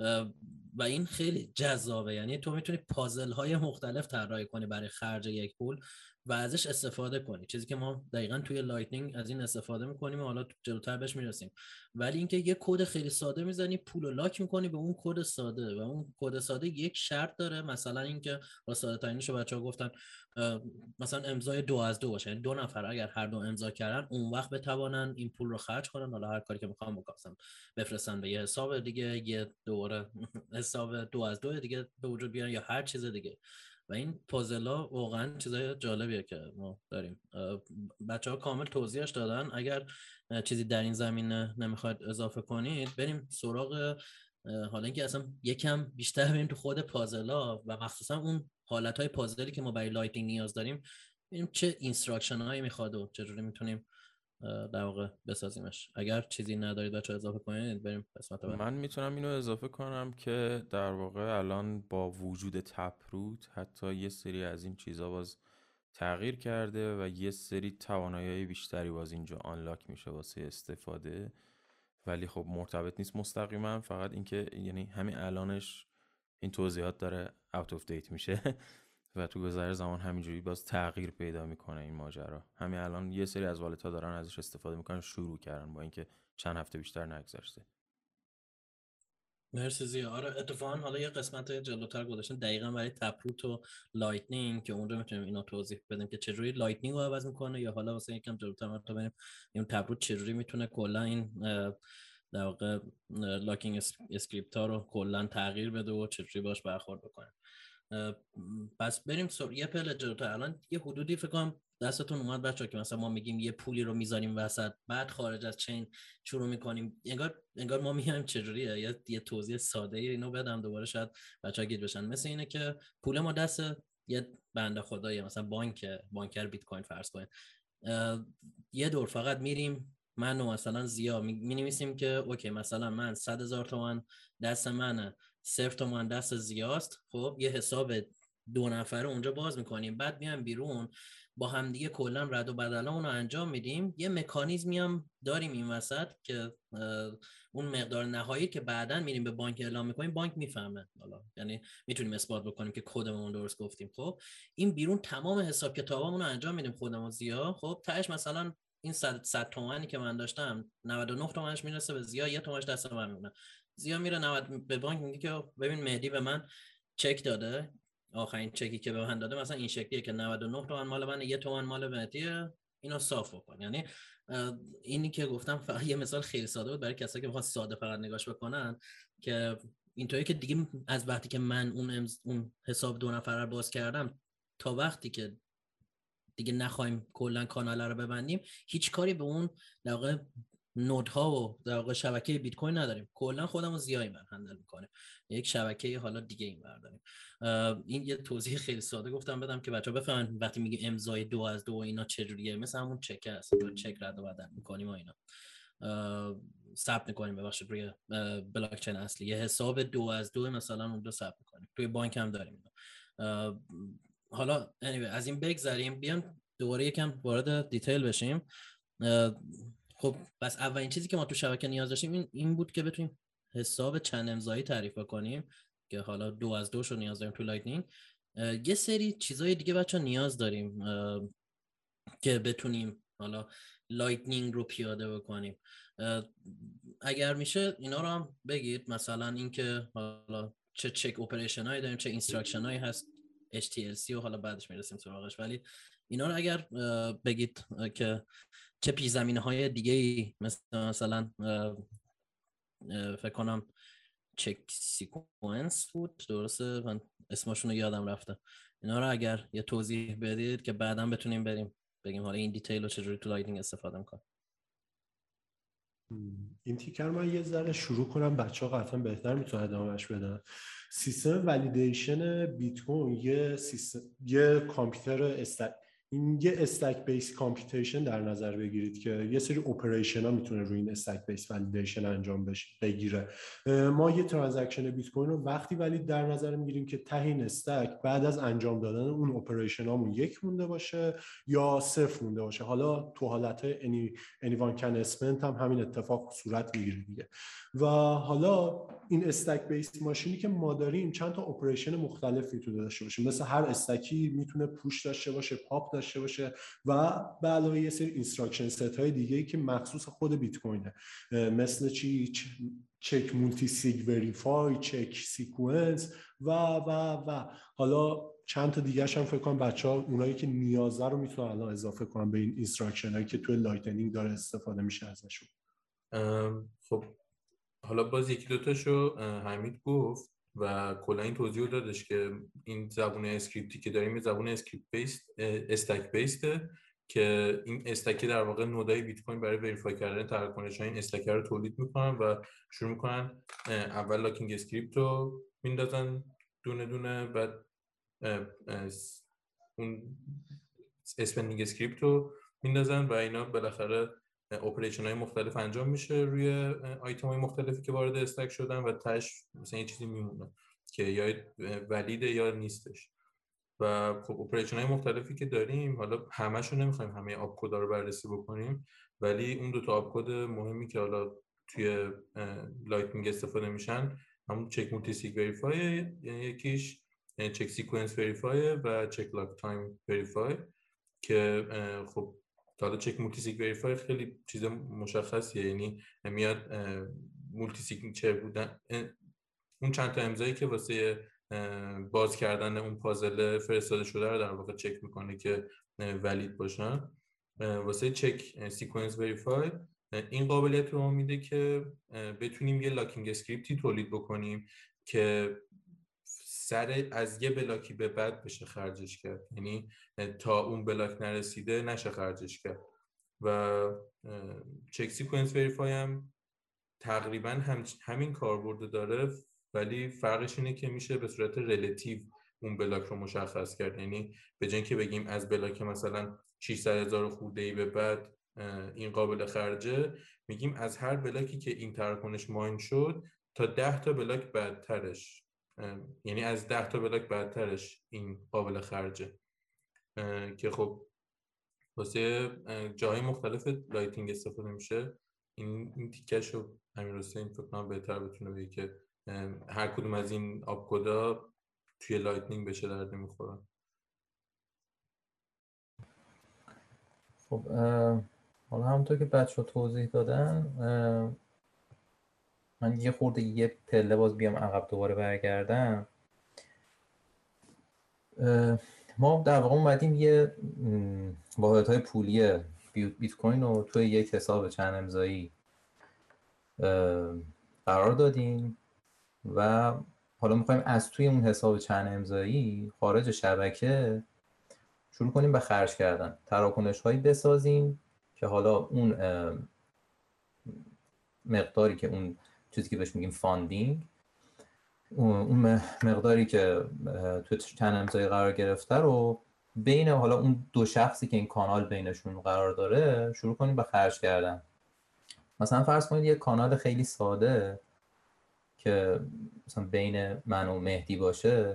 و این خیلی جذابه، یعنی تو میتونی پازل های مختلف طراحی کنی برای خرج یک پول و ازش استفاده کنی، چیزی که ما دقیقاً توی لایتنینگ از این استفاده میکنیم و حالا جلوتر بهش میرسیم. ولی اینکه یه کد خیلی ساده میزنی پول رو لاک میکنی به اون کد ساده و اون کد ساده یک شرط داره، مثلا اینکه با ساده ترینشو بچه‌ها گفتن مثلا امضای 2 از 2 باشه، یعنی 2 نفر اگر هر دو امضا کردن اون وقت بتوانن این پول رو خرج کنن، حالا هر کاری که میخوام بکنن بفرستن به یه حساب دیگه، یه دوباره حساب 2 از 2 دیگه به وجود بیارن یا هر چیز دیگه. و این پازلا واقعا چیزای جالبیه که ما داریم. بچه‌ها کامل توضیحش دادن، اگر چیزی در این زمینه نمیخواید اضافه کنید بریم سراغ حالا اینکه اصلا یکم بیشتر بریم تو خود پازلا و مخصوصا اون حالتهای پازلی که ما برای لایتنینگ نیاز داریم، ببینیم چه اینستراکشن هایی میخواد و چجوری میتونیم در واقع بسازیمش. اگر چیزی ندارید بچه‌ها اضافه کنید بریم قسمت بعد. من میتونم اینو اضافه کنم که در واقع الان با وجود تپروت حتی یه سری از این چیزا باز تغییر کرده و یه سری توانایی بیشتری باز اینجا آنلاک میشه واسه استفاده، ولی خب مرتبط نیست مستقیما، فقط اینکه یعنی همین الانش این توضیحات داره اوت اف دیت میشه و تو گذر زمان همینجوری باز تغییر پیدا میکنه این ماجرا. همین الان یه سری از والت‌ها دارن ازش استفاده میکنن، شروع کردن با اینکه چند هفته بیشتر نگذشته. مرسی زیا. آره اتفاقا حالا یه قسمت جلوتر گذاشتن دقیقاً برای تپروت و لایتنینگ که اونجا میتونیم اینا توضیح بدیم که چجوری لایتنینگ رو عوض میکنه، یا حالا واسه یکم جلوتر ما تا بریم این تپروت چجوری میتونه کلا این در واقع لاکینگ اسکریپت ها رو کلا تغییر بده و چجوری باش برخورد بکنه. پس بریم یه پله جلوتر. الان یه حدودی فکر کنم دستتون اومد بچه‌ها که مثلا ما میگیم یه پولی رو میذاریم وسط بعد خارج از چین شروع میکنیم، انگار ما میایم چجوریه. یه توضیح ساده ای اینو بدم دوباره شاید بچه‌ها گیج بشن. مثل اینه که پول ما دست یه بنده خداییه، مثلا بانکر بیت کوین فرض کنید، یه دور فقط میریم من و مثلا زیا می‌نویسیم که اوکی مثلا من 100,000 تومان دست منه، 0 تومان دست زیاست. خب یه حساب 2 نفره اونجا باز میکنیم، بعد میایم بیرون با همدیگه کلا رد و بدلمون رو انجام میدیم. یه مکانیزمی هم داریم این وسط که اون مقدار نهایی که بعداً میریم به بانک اعلام میکنیم، بانک میفهمه، حالا یعنی میتونیم اثبات بکنیم که کدمون درست گفتیم. خب این بیرون تمام حساب کتابامون رو انجام میدیم خودمون زیا. خب تهش مثلا این 100 تومانی که من داشتم 99 تومنش میرسه به زیا، 1 تومنش دست من میمونه. زیا میره 90 به بانک میگه که ببین مهدی به من چک داده، آخرین چکی که به من داده مثلا این شکلیه که 99 تومن مال من، 1 تومن مال مهدیه، اینو صاف بکن. یعنی اینی که گفتم فقط یه مثال خیلی ساده بود برای کسایی که میخوان ساده فقط نگاش بکنن، که اینطوری که دیگه از وقتی که من اون حساب 2 نفره رو باز کردم تا وقتی که دیگه نخوایم کلا کانال رو ببندیم، هیچ کاری به اون در واقع نودها و در واقع شبکه بیت کوین نداریم. کلا خودمون زیایی من هندل میکنیم، یک شبکه حالا دیگه این برداریم. این یه توضیح خیلی ساده گفتم بدم که بچه‌ها بفهمن وقتی میگه امضای 2 از 2 اینا چجوریه، مثل همون چک هست، تو چک رد و بدل میکنیم و اینا ثبت میکنیم ببخشید روی بلاک چین اصلی، یه حساب 2 از 2 مثلا اون رو ثبت میکنیم. توی بانک هم داریم اینا. حالا anyway از این بگذریم، بیام دوباره یکم وارد دیتیل بشیم. خب بس اولین چیزی که ما تو شبکه نیاز داشتیم این بود که بتونیم حساب چند امضایی تعریف کنیم، که حالا 2 از 2 رو نیاز داریم تو لایتنینگ. یه سری چیزای دیگه بچه‌ها نیاز داریم که بتونیم حالا لایتنینگ رو پیاده بکنیم. اگر میشه اینا رو هم بگید، مثلا اینکه حالا چه چک اپریشن هایی داریم، چه اینستراکشن هایی هست، HTLC و حالا بعدش میرسیم سراغش، ولی اینا رو اگر بگید که چه پیش زمینه های دیگه ای مثلا فکر کنم چک سیکونس بود، درسته؟ من اسمشون رو یادم رفته. اینا رو اگر یه توضیح بدید که بعداً بتونیم بریم بگیم حالا این دیتیل رو چجوری تو لایتنینگ استفاده میکنم. این تیکر من یه ذره شروع کنم، بچه ها قطعا بهتر میتونن ادامهش بدن. سیستم ولیدیشن بیت کوین یه کامپیوتر این یه استک بیس کامپیوتیشن در نظر بگیرید که یه سری اپریشن ها میتونه روی این استک بیس ولیدیشن انجام بگیره. ما یه ترانزکشن بیت کوین رو وقتی ولید در نظر میگیریم که ته این استک بعد از انجام دادن اون اپریشن هامون 1 مونده باشه یا 0 مونده باشه. حالا تو حالت anyone can spend هم همین اتفاق صورت میگیره دیگه. و حالا این استک بیس ماشینی که ما داریم چند تا اپریشن مختلفی تو داشته باشه، مثل هر استکی میتونه پوش داشته باشه، پاپ داشته باشه و به علاوه یه سری اینستراکشن ست های دیگه‌ای که مخصوص خود بیت کوینه، مثل چک مولتی سیگ وریفای، چک سیکونس و حالا چند تا دیگه‌ش هم فکر کنم بچه‌ها اونایی که نیازه رو میتونن الان اضافه کنن به این اینستراکشن هایی که توی لایتنینگ داره استفاده میشه ازشون. خب حالا باز یکی دوتاشو حمید گفت و کلا این توضیح دادش که این زبون اسکریپتی که داریم زبون اسکریپت بیس استک بیسته که این استک در واقع نودای بیت کوین برای وریفای کردن تراکنش‌های این استک رو تولید میکنن و شروع میکنن اول لاکینگ اسکریپت رو میندازن دونه دونه، بعد اون اسپندینگ اسکریپت رو میندازن و اینا بالاخره اپریشن های مختلف انجام میشه روی آیتم های مختلفی که وارد استک شدن و تاش مثلا یه چیزی میمونه که یا ولیده یا نیستش. و خب اپریشن های مختلفی که داریم، حالا همشو نمیخوایم همه آپ کد رو بررسی بکنیم، ولی اون 2 تا آپ کد مهمی که حالا توی لایتنینگ استفاده میشن همون چک مولتی سیگ وریفای، یکیش چک سیکونس وریفای و چک لاک تایم وریفای که خب حالا چک مولتی سیگ وریفای خیلی چیز مشخصیه، یعنی میاد مولتی سیگنچر بودن اون چند تا امضایی که واسه باز کردن اون پازل فرستاده شده رو در واقع چک میکنه که ولید باشن. واسه چک سیکونس وریفای این قابلیت رو میده که بتونیم یه لاکینگ اسکریپتی تولید بکنیم که سر از یه بلاکی به بعد بشه خرجش کرد، یعنی تا اون بلاک نرسیده نشه خرجش کرد. و چک سیکونس وریفای هم تقریبا همین کاربرد داره، ولی فرقش اینه که میشه به صورت ریلیتیو اون بلاک رو مشخص کرد، یعنی به جای اینکه بگیم از بلاک مثلا 600,000 خورده‌ای به بعد این قابل خرجه، میگیم از هر بلاکی که این تراکنش ماین شد تا 10 تا بلاک بعدترش، یعنی از 10 تا بلاک بعدترش این قابل خرجه، که خب واسه جای مختلف لایتینگ استفاده میشه. این تیکش رو امیرحسین فکر کنم بهتر بتونه بگه که هر کدوم از این آپکودا توی لایتنینگ بشه درد میخورن. خب حالا همونطور که بچه ها توضیح دادن، من یه خورده یه پله باز بیام عقب دوباره برگردم. ما در واقع اومدیم یه واحدهای پولی بیت کوین رو توی یک حساب چند امضایی قرار دادیم و حالا میخوایم از توی اون حساب چند امضایی خارج شبکه شروع کنیم به خرج کردن، تراکنش هایی بسازیم که حالا اون مقداری که اون چیزی که بهش میگیم فاندینگ، اون مقداری که توی چند امضایی قرار گرفته رو بین حالا اون دو شخصی که این کانال بینشون قرار داره شروع کنیم به خرج کردن. مثلا فرض کنید یه کانال خیلی ساده که مثلا بین من و مهدی باشه،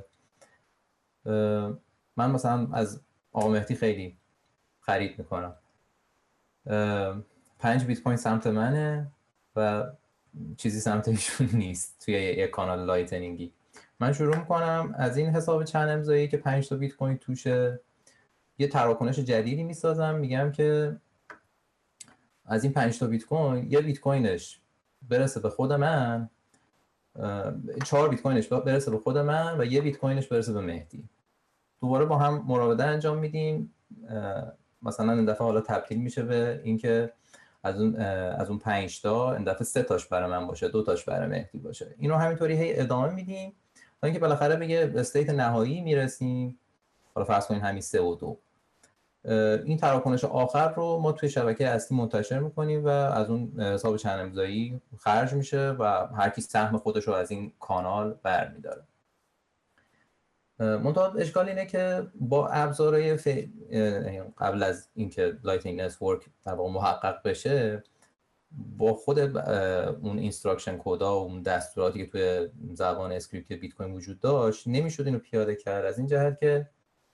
من مثلا از آقا مهدی خیلی خرید میکنم، 5 بیت کوین سمت منه و چیزی سمت ایشون نیست توی یک کانال لایتنینگی. من شروع میکنم از این حساب چند امضایی که 5 تا بیت کوین توشه یه تراکنش جدیدی میسازم، میگم که از این 5 تا بیت کوین یه بیت کوینش برسه به خود من، 4 بیت کوینش برسه به خود من و یه بیت کوینش برسه به مهدی. دوباره با هم مراوده انجام میدیم، مثلا این دفعه حالا تبدیل میشه به اینکه از اون 5 تا این دفعه 3 تاش برای من باشه، 2 تاش برای مهدی باشه. اینو همینطوری هی ادامه میدیم تا اینکه بالاخره به استیت نهایی میرسیم. حالا فرض کنیم همین 3 و 2. این تراکنش آخر رو ما توی شبکه اصلی منتشر میکنیم و از اون حساب چند امضایی خرج میشه و هر کی سهم خودش رو از این کانال برمیداره. منتها اشکال اینه که با ابزارهای قبل از اینکه لایتنینگ نتورک در واقع محقق بشه، با خود اون اینستراکشن کدا و اون دستوراتی که توی زبان اسکریپت بیت کوین وجود داشت نمیشد اینو پیاده کرد، از این جهت که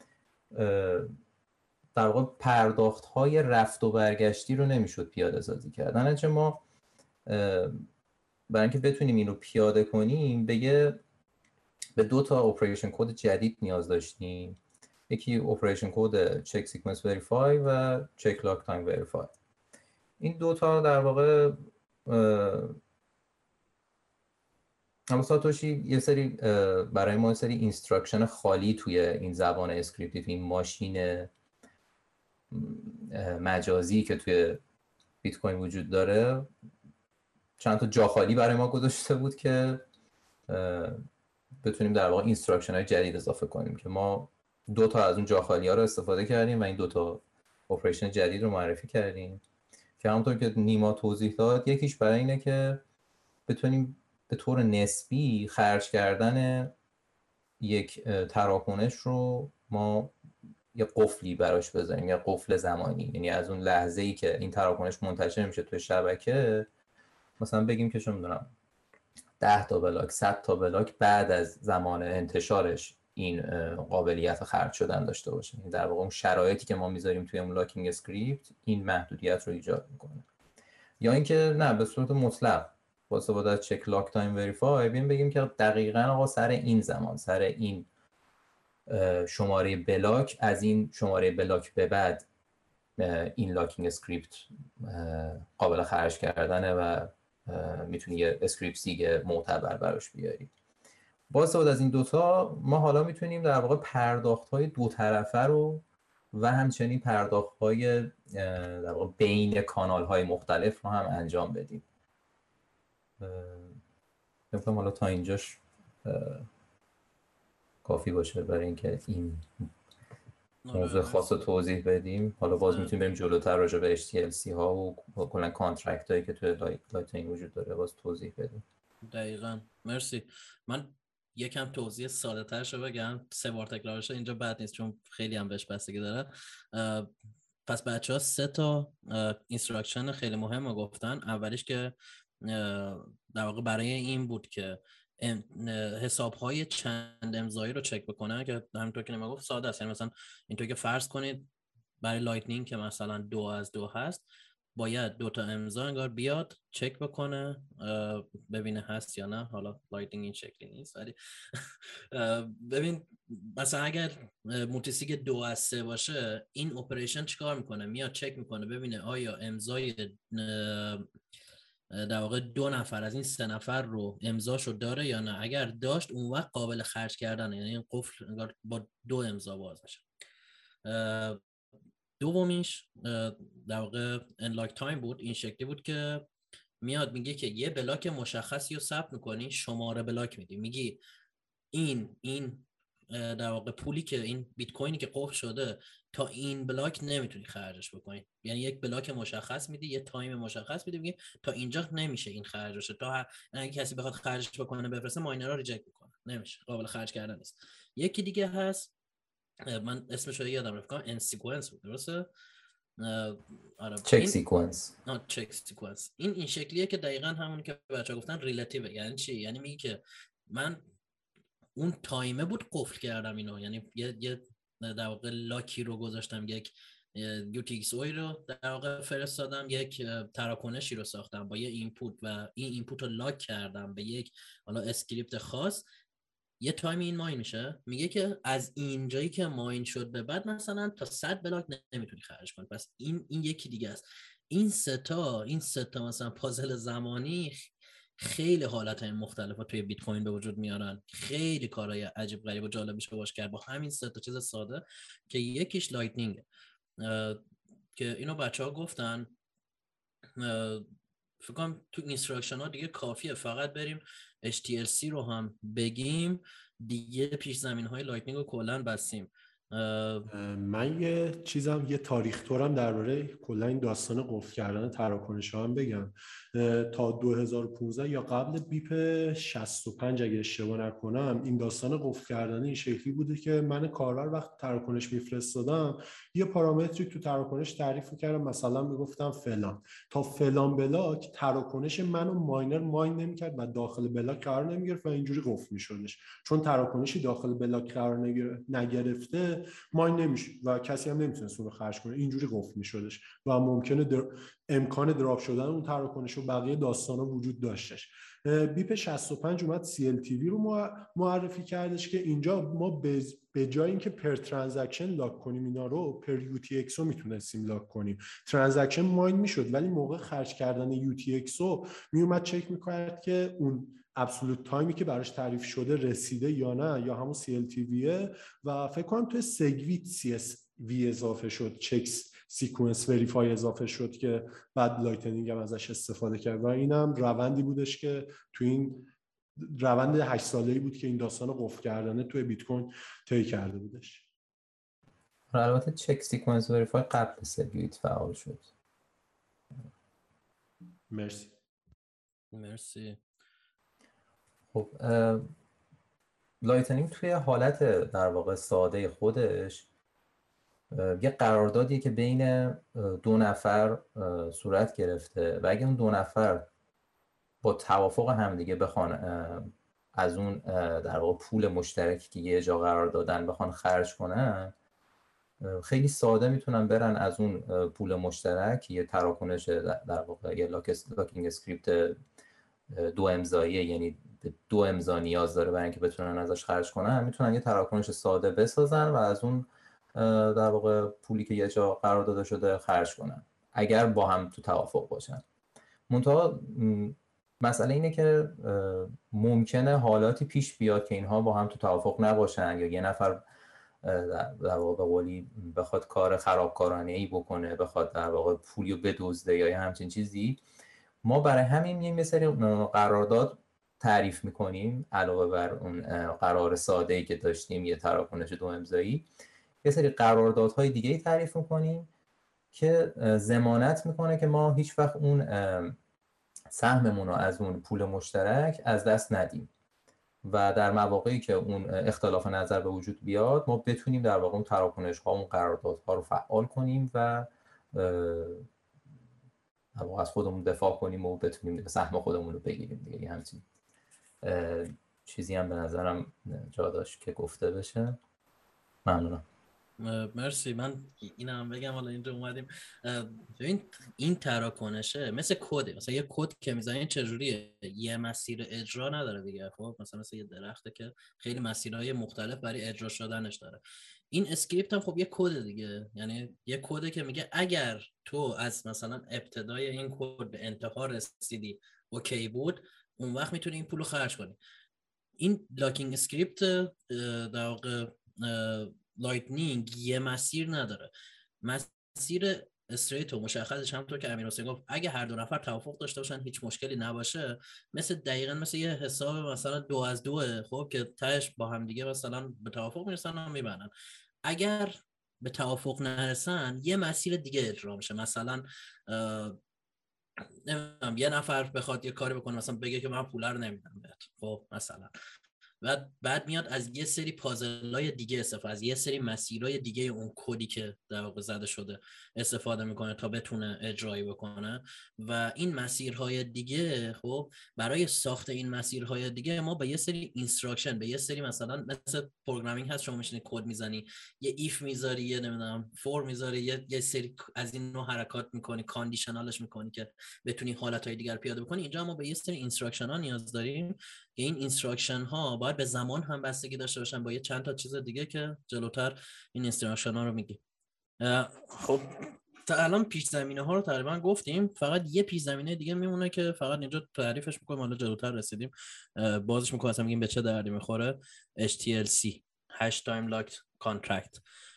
در واقع پرداخت‌های رفت و برگشتی رو نمیشد پیاده سازی کرد. درنچه ما برای اینکه بتونیم این رو پیاده کنیم به 2 تا اپریشن کد جدید نیاز داشتیم. یکی اپریشن کد چک سیکونس وریفای و چک لاک تایم وریفای. این 2 تا در واقع ساتوشی یه سری برای ما یه سری اینستراکشن خالی توی این زبان اسکریپتی، توی این ماشین مجازی که توی بیت کوین وجود داره، چند تا جا خالی برای ما گذاشته بود که بتونیم در واقع اینستراکشن های جدید اضافه کنیم که ما 2 تا از اون جا خالی ها رو استفاده کردیم و این 2 تا اپریشن جدید رو معرفی کردیم که همونطور که نیما توضیح داد، یکیش برای اینه که بتونیم به طور نسبی خرج کردن یک تراکنش رو ما یه قفلی براش بذاریم، یه قفل زمانی، یعنی از اون لحظه‌ای که این تراکنش منتشر میشه توی شبکه مثلا بگیم که چه میدونم 10 تا بلاک 100 تا بلاک بعد از زمان انتشارش این قابلیت خرج شدن داشته باشه. در واقع اون شرایطی که ما میذاریم توی اون لاکینگ اسکریپت این محدودیت رو ایجاد میکنه. یا اینکه نه، به صورت مطلق با استفاده از چک لاک تایم وریفای بگیم که دقیقاً آقا سر این زمان، سر این شماره بلاک، از این شماره بلاک به بعد این لاکینگ اسکریپت قابل خرج کردنه و میتونی یه اسکریپت سیگ معتبر براش بیاری. با استفاده از این 2 تا ما حالا میتونیم در واقع پرداخت‌های 2 طرفه رو و همچنین پرداخت‌های در واقع بین کانال‌های مختلف رو هم انجام بدیم. فکر حالا تا اینجاش کافی باشه برای اینکه این موضوع خاص رو توضیح بدیم. حالا باز میتونیم بریم جلوتر راجع به HTLC ها و کلا کانترکت هایی که توی لایتنینگ وجود داره باز توضیح بدیم. دقیقاً، مرسی. من یکم توضیح ساده ترش رو بگم، 3 بار تکرارش اینجا بد نیست چون خیلی هم بهش بستگی داره. پس بچه ها 3 تا اینستراکشن خیلی مهم رو گفتن. اولیش که در واقع برای این بود که حساب‌های چند امضایی رو چک بکنن، که همونطور که نمیگفت ساده است. یعنی مثلا اینطور که فرض کنید برای لایتنینگ که مثلا 2 از 2 هست، باید 2 تا امضا انگار بیاد چک بکنه ببینه هست یا نه. حالا لایتنینگ این شکلی نیست، ولی ببین مثلا اگر مولتیسیگ 2 از 3 باشه، این اپریشن چیکار میکنه؟ میاد چک میکنه ببینه آیا امضای در واقع 2 نفر از این 3 نفر رو امضاشو داره یا نه. اگر داشت اون وقت قابل خرج کردنه، یعنی این قفل انگار با 2 امضا باز میشه. دومیش در واقع انلاک تایم بود. این شکلی بود که میاد میگه که یه بلاک مشخصی رو ثبت میکنی، شماره بلاک میدی، میگی این در واقع پولی که این بیت کوینی که قفل شده تا این بلاک نمیتونی خرجش بکنی. یعنی یک بلاک مشخص میدی، یه تایم مشخص میدی، میگی تا اینجا نمیشه این خرج بشه. تا اگه کسی بخواد خرجش بکنه بفرسته، ماینرها ریجکت میکنه، نمیشه، قابل خرج کردن نیست. یکی دیگه هست، من اسمش رو یادم رفت، ان سیکونس بود، درسته؟ آره، چک سیکونس. چک سیکونس این شکلیه که دقیقاً همون که بچه‌ها گفتن ریلیتیو. یعنی چی؟ یعنی میگه که من اون تایمه بود قفل کردم اینو، یعنی یه در واقع لاکی رو گذاشتم، یک UTXO رو در واقع فرستادم، یک تراکنشی رو ساختم با یه اینپوت و این اینپوت رو لاک کردم به یک حالا اسکریپت خاص. یه تایم این ماین میشه، میگه که از اینجایی که ماین شد به بعد مثلا تا 100 بلاک نمیتونی خرج کنی. پس این یکی دیگه است. این سه تا مثلا پازل زمانی خیلی حالتهای مختلف توی بیت کوین به وجود میارن. خیلی کارهای عجیب غریب و جالب میشه باش کرد با همین سه تا چیز ساده که یکیش لایتنینگ که اینو بچه‌ها گفتن. فکر کنم تو اینستراکشن ها دیگه کافیه فقط بریم HTLC رو هم بگیم دیگه، پیش زمین های لایتنینگ رو کلن بستیم. من یه تاریخ طورم درباره کلا این داستان قفل کردن تراکنش ها هم بگم. تا 2015 یا قبل بیپ 65 اگه اشتباه نکنم، این داستان قفل کردن این شکلی بوده که من کاربر وقت تراکنش میفرستادم یه پارامتری تو تراکنش تعریف می‌کردم، مثلا میگفتم فلان تا فلان بلاک تراکنش منو ماینر ماین نمی‌کرد و داخل بلاک قرار نمی‌گرفت و اینجوری قفل می‌شدش. چون تراکنشی داخل بلاک قرار نگرفته ماین نمیشه و کسی هم نمیتونه اون رو خرج کنه، اینجوری قفل میشدش و ممکنه امکان دراپ شدن اون تراکنش و بقیه داستانا وجود داشتش. بیپ 65 اومد CLTV رو معرفی کردش که اینجا ما به جای اینکه پر ترانزکشن لاک کنیم اینا رو، پر UTXO میتونستیم لاک کنیم. ترانزکشن ماین میشد ولی موقع خرج کردن UTXO میومد چک میکرد که اون ابسولوت تایمی که براش تعریف شده رسیده یا نه، یا همون CLTV و فکر کنم توی سگویت CSV اضافه شد، چک سیکونس وریفای اضافه شد که بعد لایتنینگ هم ازش استفاده کرد و اینم روندی بودش که توی این روند 8 ساله‌ای بود که این داستان قفل کردنه توی بیت کوین طی کرده بودش. البته چک سیکونس وریفای قبل سگویت فعال شد. مرسی. خب لایتنینگ توی حالت در واقع ساده خودش یه قراردادیه که بین 2 نفر صورت گرفته و اگه اون 2 نفر با توافق همدیگه بخوان از اون در واقع پول مشترکی که یه جا قرار دادن بخوان خرج کنن، خیلی ساده میتونن برن از اون پول مشترک، یه تراکنش در واقع یه لاکینگ اسکریپت 2 امضاییه، یعنی 2 امضا نیاز داره برای اینکه بتونن ازش خرج کنن، میتونن یه تراکنش ساده بسازن و از اون در واقع پولی که یه جا قرار داده شده خرج کنن اگر با هم تو توافق باشن. منتها مسئله اینه که ممکنه حالاتی پیش بیاد که اینها با هم تو توافق نباشن یا یه نفر در واقع به قولی بخواد کار خرابکارانه‌ای بکنه، بخواد در واقع پولیو بدزده یا همچین چیزی. ما برای همین یه سری قرارداد تعریف میکنیم علاوه بر اون قرار ساده‌ای که داشتیم، یه تراکنش 2 امضایی، یه سری قراردادهای دیگه تعریف میکنیم که ضمانت میکنه که ما هیچ وقت اون سهممون رو از اون پول مشترک از دست ندیم. و در مواقعی که اون اختلاف نظر به وجود بیاد ما بتونیم در واقع اون تراکنش‌ها اون قراردادها رو فعال کنیم و از خودمون دفاع کنیم و بتونیم سهم خودمون رو بگیریم دیگه. همچین چیزی هم به نظرم جا داشت که گفته بشه. ممنونم. مرسی. من اینا هم بگم، حالا اینجا اومدیم ببین این تراکنشه مثل کده، مثلا یه کد که میزنین چجوریه، یه مسیر اجرا نداره دیگه. خب مثلا یه درخته که خیلی مسیرهای مختلف برای اجرا شدنش داره. این اسکریپت هم خب یه کد دیگه، یعنی یه کده که میگه اگر تو از مثلا ابتدای این کد به انتها رسیدی اوکی بود، اون وقت میتونی این پولو خرج کنی. این لاکینگ اسکریپت در واقع لایتنینگ یه مسیر نداره، مسیر استریت و مشخصش همونطور که امیرحسین گفت اگه هر دو نفر توافق داشته باشن هیچ مشکلی نباشه، دقیقاً مثل یه حساب مثلا 2 از 2 خب که تهش با هم دیگه مثلا به توافق میرسن و میبنن. اگر به توافق نرسن یه مسیر دیگه اجرا میشه، مثلا نمیدونم یه نفر بخواد یه کاری بکنه، مثلا بگه که من پول رو نمیدم بهت، خب مثلا بعد میاد از یه سری پازل‌های دیگه استفاده، از یه سری مسیرهای دیگه اون کدی که در واقع زده شده استفاده میکنه تا بتونه اجرایی بکنه. و این مسیرهای دیگه خب برای ساخت این مسیرهای دیگه ما به یه سری اینستراکشن، به یه سری مثلا مثل پروگرامینگ هست، شما میشینی کد میزنی، یه ایف میذاری، یه نمیدونم فور میذاری، یه سری از این نوع حرکات میکنی، کاندیشنالش میکنی که بتونی حالتهای دیگر پیاده بکنی. اینجا ما به یه سری اینستراکشن ها نیاز داریم که این اینستراکشن ها باید به زمان هم بستگی داشته باشن با یه چند تا چیز دیگه که جلوتر این اینستراکشن ها رو میگیم. خب تا الان پیش زمینه ها رو تقریبا گفتیم، فقط یه پیش زمینه دیگه میمونه که فقط اینجا تعریفش میکنیم، حالا جلوتر رسیدیم بازش میکنیم، اصلا میگیم به چه دردی میخوره. HTLC Hash Time Locked Contract.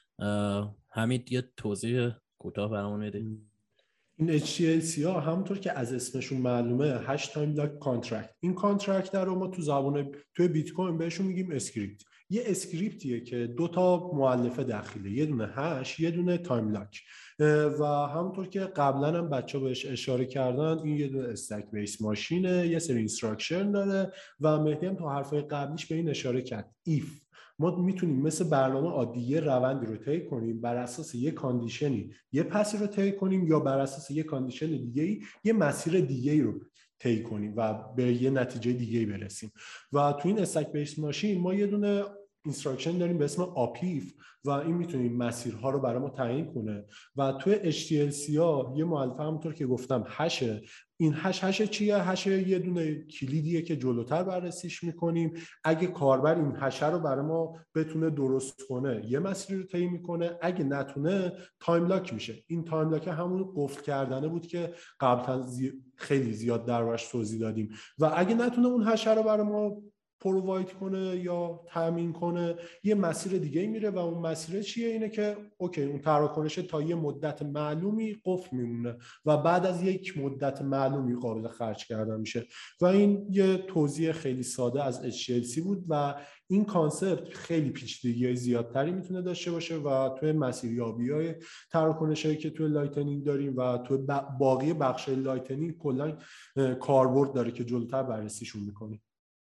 حمید یه توضیح کوتاه برامون میدید؟ این HTLC ها همونطور که از اسمشون معلومه هش تایم لاک کانترکت، این کانترکت رو ما توی بیت کوین بهشون میگیم اسکریپت. یه اسکریپتیه که 2 تا مؤلفه داخله، یه دونه هش یه دونه تایم لاک. و همونطور که قبلا هم بچه‌ها بهش اشاره کردن این یه دونه استک بیس ماشینه، یه سری اینستراکشن داره و مهدی هم تو حرفای قبلیش به این اشاره کرد. ایف ما میتونیم مثل برنامه عادی یه روندی رو طی کنیم، بر اساس یه کاندیشنی یه پسی رو طی کنیم یا بر اساس یه کاندیشن دیگه‌ای یه مسیر دیگه‌ای رو طی کنیم و به یه نتیجه دیگه‌ای برسیم. و تو این استک بیس ماشین ما یه دونه اینستراکشن داریم به اسم آپیف و این میتونیم مسیرها رو برای ما تعیین کنه. و توی HTLC ها یه مؤلفه همونطور که گفتم هشه. این هش چیه؟ هش یه دونه کلیدیه که جلوتر بررسیش میکنیم. اگه کاربر این هشه رو برای ما بتونه درست کنه یه مسیری رو طی میکنه، اگه نتونه تایم لاک میشه. این تایم لاک همون قفل کردنه بود که قبلا خیلی زیاد دربارش توضیح دادیم. و اگه نتونه اون هشه رو برای ما پروواید کنه یا تامین کنه یه مسیر دیگه میره و اون مسیر چیه؟ اینه که اوکی اون تراکنش تا یه مدت معلومی قفل میمونه و بعد از یک مدت معلومی قابل خرج کردن میشه. و این یه توضیح خیلی ساده از HTLC بود و این کانسپت خیلی پیچیدگی‌های زیادتری میتونه داشته باشه و توی مسیریابی‌های تراکنشایی که توی لایتنینگ داریم و توی باقی بخش‌های لایتنینگ کلا کاربرد داره که جلوتر بررسیشون می‌کنیم.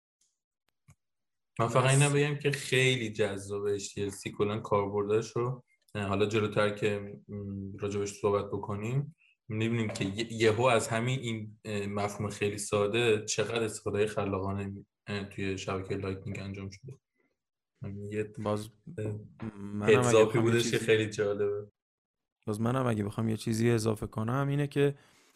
من فقط اینو بگم که خیلی جذاب HTLC کلا کاربردش رو حالا جلوتر که راجبش صحبت بکنیم می‌بینیم که یهو از همین این مفهوم خیلی ساده چقدر استفاده خلاقانه توی شبکه لایتنینگ انجام شده. باز اضافی بودش که خیلی جالبه. باز منم اگه بخوام یه چیزی اضافه کنم اینه که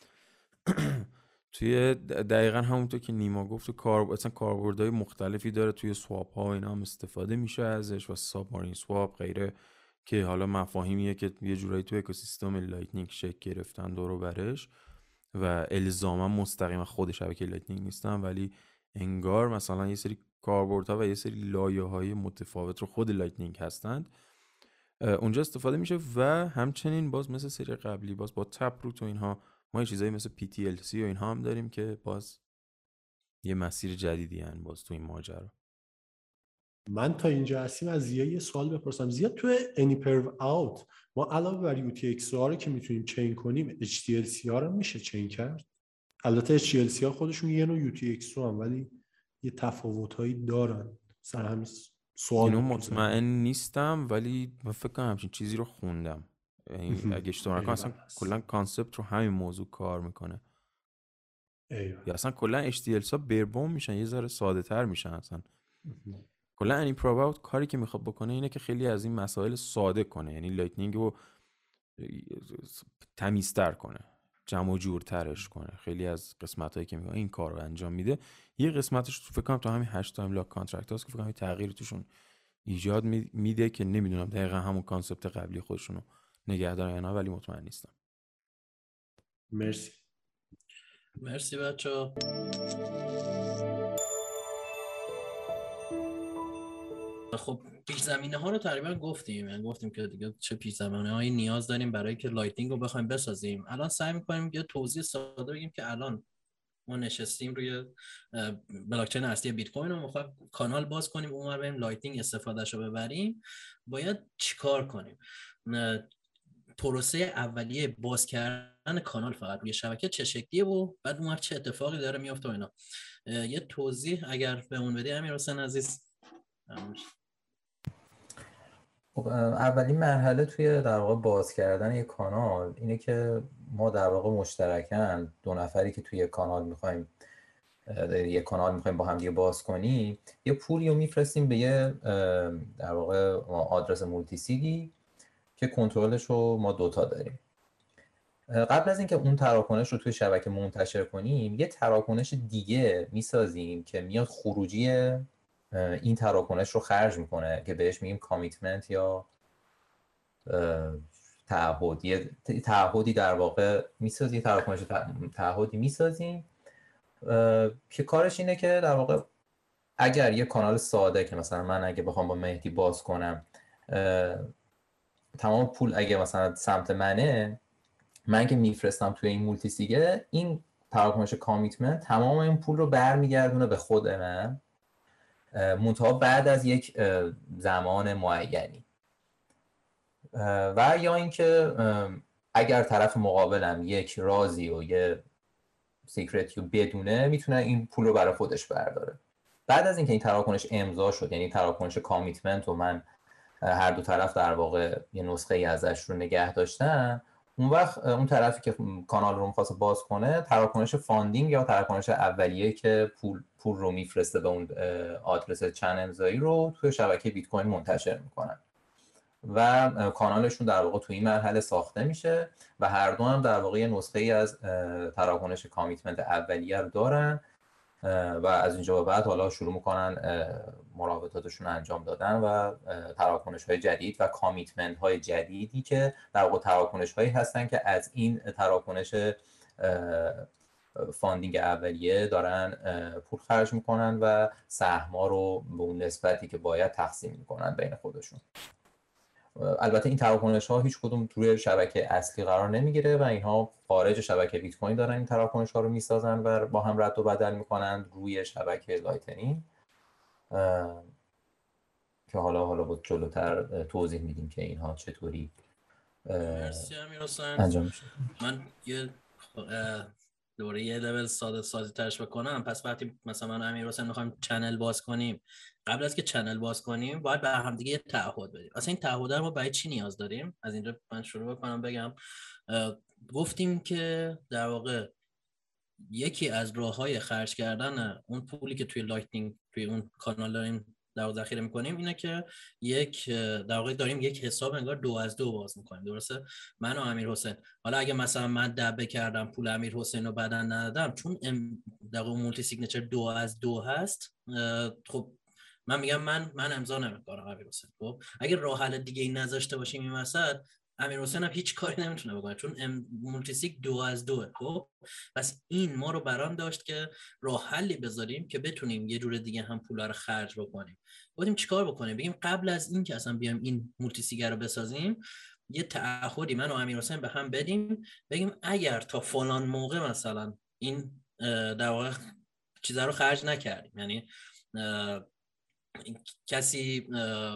توی دقیقاً همونطور که نیما گفت مثلا کاربردهای مختلفی داره، توی سواپ ها و اینا هم استفاده میشه ازش و ساب مارین سواپ غیره که حالا مفاهیمیه که یه جورایی توی اکوسیستم لایتنینگ شکل گرفتن دور و برش و الزاما مستقیما خود شبکه لایتنینگ نیستن، ولی انگار مثلا یه سری کاربردها و یه سری لایه‌های متفاوت رو خود لایتنینگ هستند اونجا استفاده میشه. و همچنین باز مثل سری قبلی باز با تپ روت و اینها ما یه چیزایی مثل PTLC و اینها هم داریم که باز یه مسیر جدیدی هن باز تو این ماجرا. من تا اینجا هستیم از زیاد یه سوال بپرسم. زیاد تو AnyPerv Out ما علاوه بر UTXO ها رو که میتونیم چین کنیم HTLC ها رو میشه چین کرد؟ البته HTLC ها خودشون یه نوع UTXO هم ولی یه تفاوت‌هایی دارن. سر همین سوال اینو بود تو ذهنم. مطمئن نیستم ولی من فکر کنم همچین چیزی رو خوندم. یعنی اگه اشتباه نکنم اصلا کلا کانسپت رو همین موضوع کار میکنه. یا اصلا کلا HTLS ها بربم میشن، یه ذره ساده تر میشن. اصلا کلا این پروباوت کاری که میخواد بکنه اینه که خیلی از این مسائل ساده کنه، یعنی لایتنینگ رو تمیزتر کنه، جمع و جورترش کنه. خیلی از قسمتایی که میگه این کار رو انجام میده، یه قسمتش فکر کنم تو همین 8 تایم لاک کانترکت هاست که فکر کنم تغییری توشون ایجاد میده که نمیدونم دقیقا همون کانسپت قبلی خودشونو نگه دارن یا نه، ولی مطمئن نیستم. مرسی بچه‌ها. خب پیش زمینه ها رو تقریبا گفتیم، یعنی گفتیم که دیگه چه پیش زمینه هایی نیاز داریم برای که لایتنینگ رو بخوایم بسازیم. الان سعی می‌کنیم یه توضیح ساده بگیم که الان ما نشستیم روی بلاک چین اصلی بیت کوین و می‌خوایم کانال باز کنیم، اونور بریم لایتنینگ استفادهشو ببریم. باید چیکار کنیم؟ پروسه اولیه باز کردن کانال فقط روی شبکه چه شکلیه و بعد اونور چه اتفاقی داره میفته و اینا. یه توضیح اگر به اون بدی امیرحسین عزیز. خب اولین مرحله توی در واقع باز کردن یک کانال اینه که ما در واقع مشترکاً دو نفری که توی کانال می‌خوایم یک کانال می‌خوایم با هم دیگه باز کنیم، یه پولی رو میفرستیم به یه در واقع آدرس مولتی سیگی که کنترلش رو ما دوتا داریم. قبل از اینکه اون تراکنش رو توی شبکه منتشر کنیم، یه تراکنش دیگه میسازیم که میاد خروجی این تراکنش رو خرج میکنه که بهش میگیم کامیتمنت یا تعهدی در واقع میسازیم، تراکنش تعهدی میسازیم که کارش اینه که در واقع اگر یه کانال ساده که مثلا من اگه بخوام با مهدی باز کنم، تمام پول اگه مثلا سمت منه، من که میفرستم توی این مولتی سیگه، این تراکنش کامیتمنت تمام این پول رو برمیگردونه به خود من، منتها بعد از یک زمان معینی. و یا اینکه اگر طرف مقابلم یک رازی و یه سیکرتی رو بدونه، میتونه این پول رو برای خودش برداره. بعد از اینکه این تراکنش امضا شد، یعنی تراکنش کامیتمنت و من هر دو طرف در واقع یه نسخه ای ازش رو نگه داشتن، اون وقت اون طرفی که کانال رو می‌خواد باز کنه، تراکنش فاندینگ یا تراکنش اولیه که پول رو میفرسته به اون آدرس چند امضایی رو توی شبکه بیت کوین منتشر میکنن و کانالشون در واقع توی این مرحله ساخته میشه و هر دو هم در واقع نسخه ای از تراکنش کامیتمنت اولیه رو دارن و از اینجا به بعد حالا شروع میکنن مراوداتشون انجام دادن و تراکنش های جدید و کامیتمنت های جدیدی که در واقع تراکنش هایی هستن که از این تراکنش فاندینگ اولیه دارن پول خرج میکنن و سهم‌ها رو به اون نسبتی که باید تقسیم میکنن بین خودشون. البته این تراکنش ها هیچ کدوم توی شبکه اصلی قرار نمیگیره و اینها خارج شبکه بیت کوین دارن این تراکنش ها رو میسازن و با هم رد و بدل میکنن روی شبکه لایتنینگ که حالا با جلوتر توضیح میدیم که اینها چطوری انجام میشه. من یه دوره یه لول ساده ترش بکنم. پس وقتی مثلا من امیرحسین میخوایم چنل باز کنیم، قبل از که چنل باز کنیم باید به هم دیگه تعهد بدیم. اصلا این تعهد رو ما برای چی نیاز داریم؟ از اینجا من شروع بکنم بگم. گفتیم که در واقع یکی از راه‌های خرج کردن اون پولی که توی لایتنینگ توی اون کانال داریم در ذخیره می‌کنیم اینه که در واقع داریم یک حساب انگار 2 از 2 باز می‌کنیم. درسته؟ من و امیرحسین، حالا اگه مثلا من دبه کردم پول امیرحسین رو بعداً ندادم، چون در واقع مولتی سیگنچر 2 از 2 هست، خب من میگم من امضا نمی‌کنم امیرحسین. خب اگه راه حل دیگه ای نذاشته باشیم این وسط، امیرحسین هم هیچ کاری نمیتونه بکنه چون مولتی سیگ 2 از 2. خب پس این ما رو برام داشت که راه حلی بذاریم که بتونیم یه جور دیگه هم پولا رو خرج بکنیم. گفتیم چیکار بکنیم؟ بگیم قبل از این که اصلا بیایم این مولتی سیگ رو بسازیم، یه تعهدی من و امیرحسین به هم بدیم، بگیم اگر تا فلان موقع مثلا این در واقع چیزا رو خرج نکردیم، یعنی کسی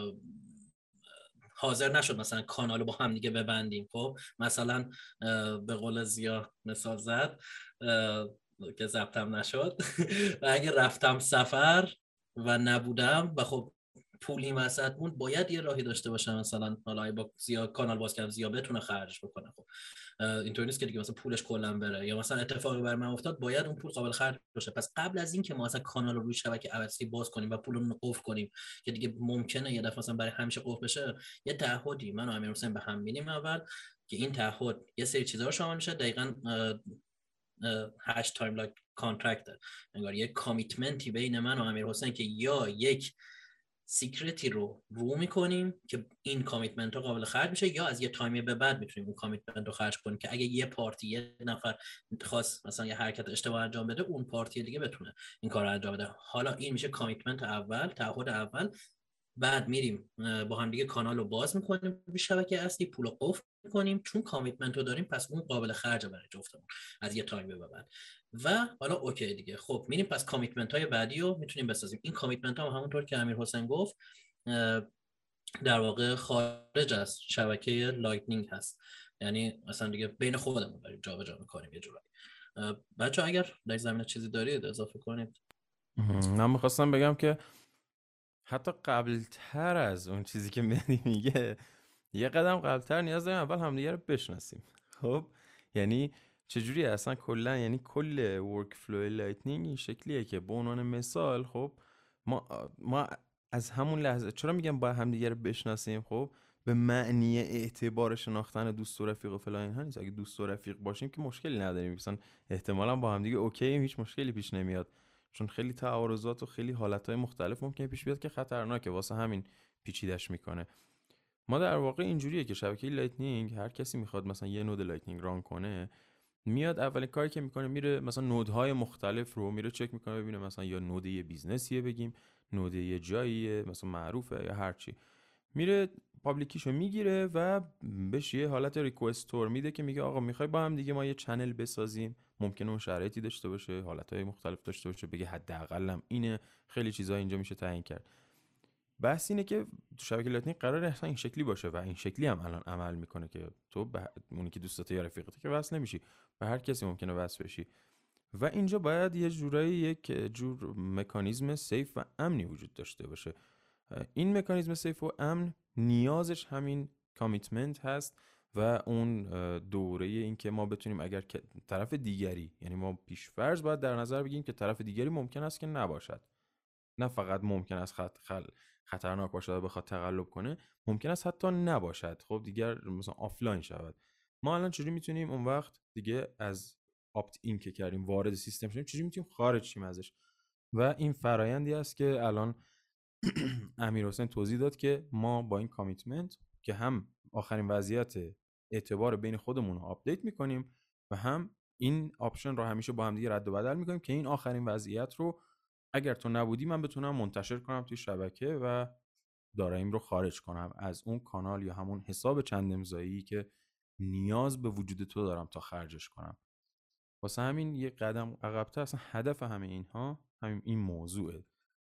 حاضر نشد مثلا کانالو با هم دیگه ببندیم، خب مثلا به قول زیا مثال زد، که ضبطم نشد و اگه رفتم سفر و نبودم و خب پولی وسط بود، باید یه راهی داشته باشم مثلا حالا با زیاد کانال باز کردم زیاد بتونه خرجش بکنه. خب اینطوری نیست که دیگه مثلا پولش کلا بره، یا مثلا اتفاقی بر من افتاد باید اون پول قابل خرج باشه. پس قبل از اینکه ما مثلا کانال رو روی شبکه عوضی باز کنیم و پولمون رو قفل کنیم که دیگه ممکنه یه دفعه مثلا برای همیشه قفل بشه، یه تعهدی من و امیرحسین به هم میدیم اول که این تعهد یه سری چیزا رو شامل میشه. دقیقاً هشت تایم لاک کانترکت، انگار یه کامیتمنتی بین من و امیرحسین که یا یک سیکرتی رو میکنیم که این کامیتمنت رو قابل خرج میشه، یا از یه تایمی به بعد میتونیم اون کامیتمنت رو خرج کنیم که اگه یه پارتی یه نفر خاص مثلا یه حرکت اشتباه انجام بده، اون پارتی دیگه بتونه این کار رو انجام بده. حالا این میشه کامیتمنت اول، تعهد اول. بعد میریم با هم دیگه کانال رو باز میکنیم به شبکه اصلی، پول رو قفل میکنیم چون کامیتمنت رو داریم، پس اون قابل خرجه برای جفتمون از یه تایم به بعد. و حالا اوکی دیگه، خب میریم پس کامیتمنت های بعدی رو میتونیم بسازیم. این کامیتمنت ها همونطور که امیرحسین گفت در واقع خارج از شبکه لایتنینگ هست، یعنی مثلا دیگه بین خودمون داریم جابجا میکنیم یه جورایی. بچه‌ها اگر در زمینه چیزی دارید اضافه کنید. من میخواستم بگم که حتی قبلتر از اون چیزی که مهدی میگه، یه قدم قبلتر نیاز داریم اول همدیگه رو بشناسیم. خب یعنی چجوری اصلا کلا، یعنی کل ورک فلو لایتنینگ این شکلیه که به عنوان مثال خب ما از همون لحظه، چرا میگم با همدیگه رو بشناسیم؟ خب به معنی اعتبار شناختن دوست و رفیق و فلان اینها نیست. اگه دوست و رفیق باشیم که مشکلی نداریم، مثلا احتمالاً با همدیگه اوکییم، هیچ مشکلی پیش نمیاد، چون خیلی تعارضات و خیلی حالتهای مختلف ممکنه پیش بیاد که خطرناکه، واسه همین پیچیدش میکنه. ما در واقع اینجوریه که شبکه لایتنینگ هر کسی میخواد مثلا یه نود لایتنینگ ران کنه، میاد اولین کاری که میکنه میره مثلا نودهای مختلف رو میره چک میکنه، ببینه مثلا یا نود یه بیزنسیه، بگیم نود یه جاییه مثلا معروفه یا هر چی، میره پابلیکیشو میگیره و بهش یه حالت ریکوستور میده که میگه آقا میخوای با هم دیگه ما یه چنل بسازیم، ممکنه اون شرایطی داشته باشه، حالتهای مختلف داشته باشه، بگه حداقلم اینه، خیلی چیزا اینجا میشه تعیین کرد. بحث اینه که تو شبکه لایتنینگ قراره اصلا این شکلی باشه و این شکلی هم الان عمل میکنه که تو به اونی که دوستت یا رفیقت که وصل نمیشی، به هر کسی ممکنه وصل بشی و اینجا باید یه جورایی یک جور مکانیزم سیف و امنی وجود داشته باشه. این مکانیزم سیف و امن نیازش همین کامیتمنت هست و اون دوره این که ما بتونیم اگر طرف دیگری، یعنی ما پیش‌فرض باید در نظر بگیریم که طرف دیگری ممکن است که نباشد، نه فقط ممکن است خطرناک باشد و بخواد تقلب کنه، ممکن است حتی نباشد، خب دیگر مثلا آفلاین شود. ما الان چجوری میتونیم اون وقت دیگه از آپت این که کردیم وارد سیستم شدیم، چجوری میتونیم خارج شیم ازش؟ و این فرایندی است که الان امیرحسین توضیح داد که ما با این کامیتمنت که هم آخرین وضعیت اعتبار بین خودمون رو آپدیت میکنیم و هم این آپشن رو همیشه با هم دیگه رد و بدل میکنیم که این آخرین وضعیت رو اگر تو نبودی من بتونم منتشر کنم توی شبکه و داراییم رو خارج کنم از اون کانال یا همون حساب چند امضایی که نیاز به وجود تو دارم تا خرجش کنم. واسه همین یه قدم عقب‌تر اصلا هدف همه اینها همین این موضوعه.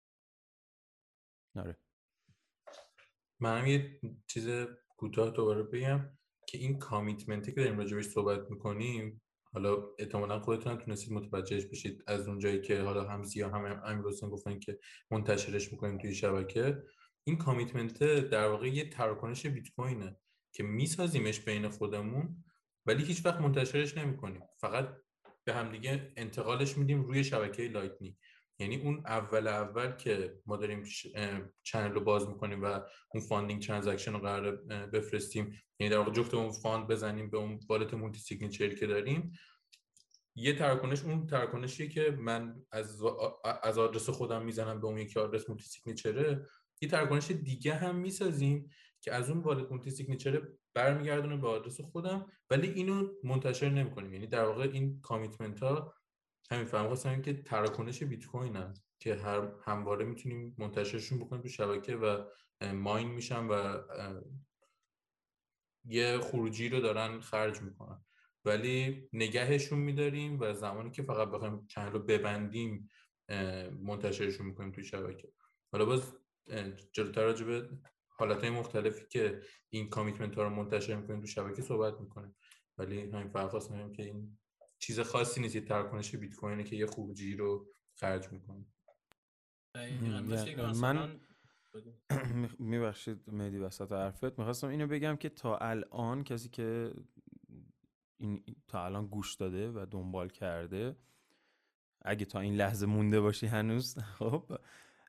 آره. من یه چیز کوتاه دوباره بگم که این کامیتمنتی که داریم راجبش صحبت میکنیم، حالا احتمالاً خودتون هم تونستید متوجهش بشید از اونجایی که حالا هم زیا هم امیرحسین گفتن که منتشرش میکنیم توی شبکه. این کامیتمنت در واقع یه تراکنش بیت کوینه که میسازیمش بین خودمون ولی هیچ وقت منتشرش نمیکنیم، فقط به هم دیگه انتقالش میدیم روی شبکه لایتنینگ. یعنی اون اول که ما داریم چنل رو باز میکنیم و اون فاندینگ ترانزکشن رو قرار بفرستیم، یعنی در واقع جفتمون فاند بزنیم به اون والت مولتی سیگنیچری که داریم، یه تراکنش اون تراکنشیه که من از آدرس خودم میزنم به اون یکی آدرس مولتی سیگنیچره، یه تراکنش دیگه هم میسازیم که از اون والت مولتی سیگنیچر برمیگردونه به آدرس خودم ولی اینو منتشر نمی‌کنیم. یعنی در واقع این کامیتمنت ها همین فهم خواستم که تراکنش بیت کوین هست که همواره میتونیم منتشرشون بکنیم تو شبکه و ماین میشن و یه خروجی رو دارن خرج میکنن ولی نگهشون میداریم و زمانی که فقط بخوایم چنل رو ببندیم منتشرشون میکنیم توی شبکه. حالا باز جلوتر راجع به حالتهای مختلفی که این کامیتمنت ها رو منتشر میکنیم تو شبکه صحبت میکنیم، ولی همین فهم خواستم که این چیز خاصی نیست، یه تراکنش بیت کوینه که یه خروجی رو خرج میکنه. من میبخشید مهدی وسط حرفت، میخواستم اینو بگم که تا الان کسی که این تا الان گوش داده و دنبال کرده، اگه تا این لحظه مونده باشی هنوز، خب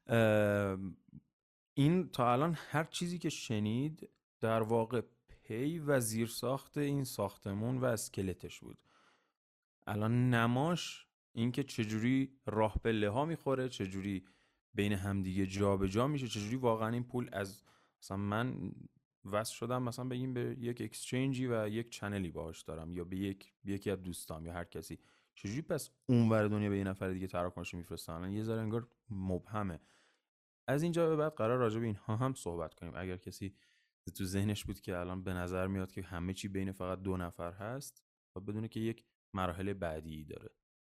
این تا الان هر چیزی که شنید در واقع پی و زیرساخت این ساختمون و اسکلتش بود. الان نماش این که چجوری راه پله ها میخوره، چجوری بین همدیگه جا به جا میشه، چجوری واقعا این پول از مثلا من وصل شدم مثلا بگیم به یک اکسچنجی و یک چنلی باهاش دارم یا به یکی از دوستام یا هر کسی، چجوری پس اونور دنیا به یه نفر دیگه تراکنش میفرستن؟ الان یه ذره انگار مبهمه. از اینجا به بعد قرار راجع به اینها هم صحبت کنیم. اگر کسی تو ذهنش بود که الان به نظر میاد که همه چی بین فقط 2 نفر هست و بدونه که یک مراحل بعدی داره.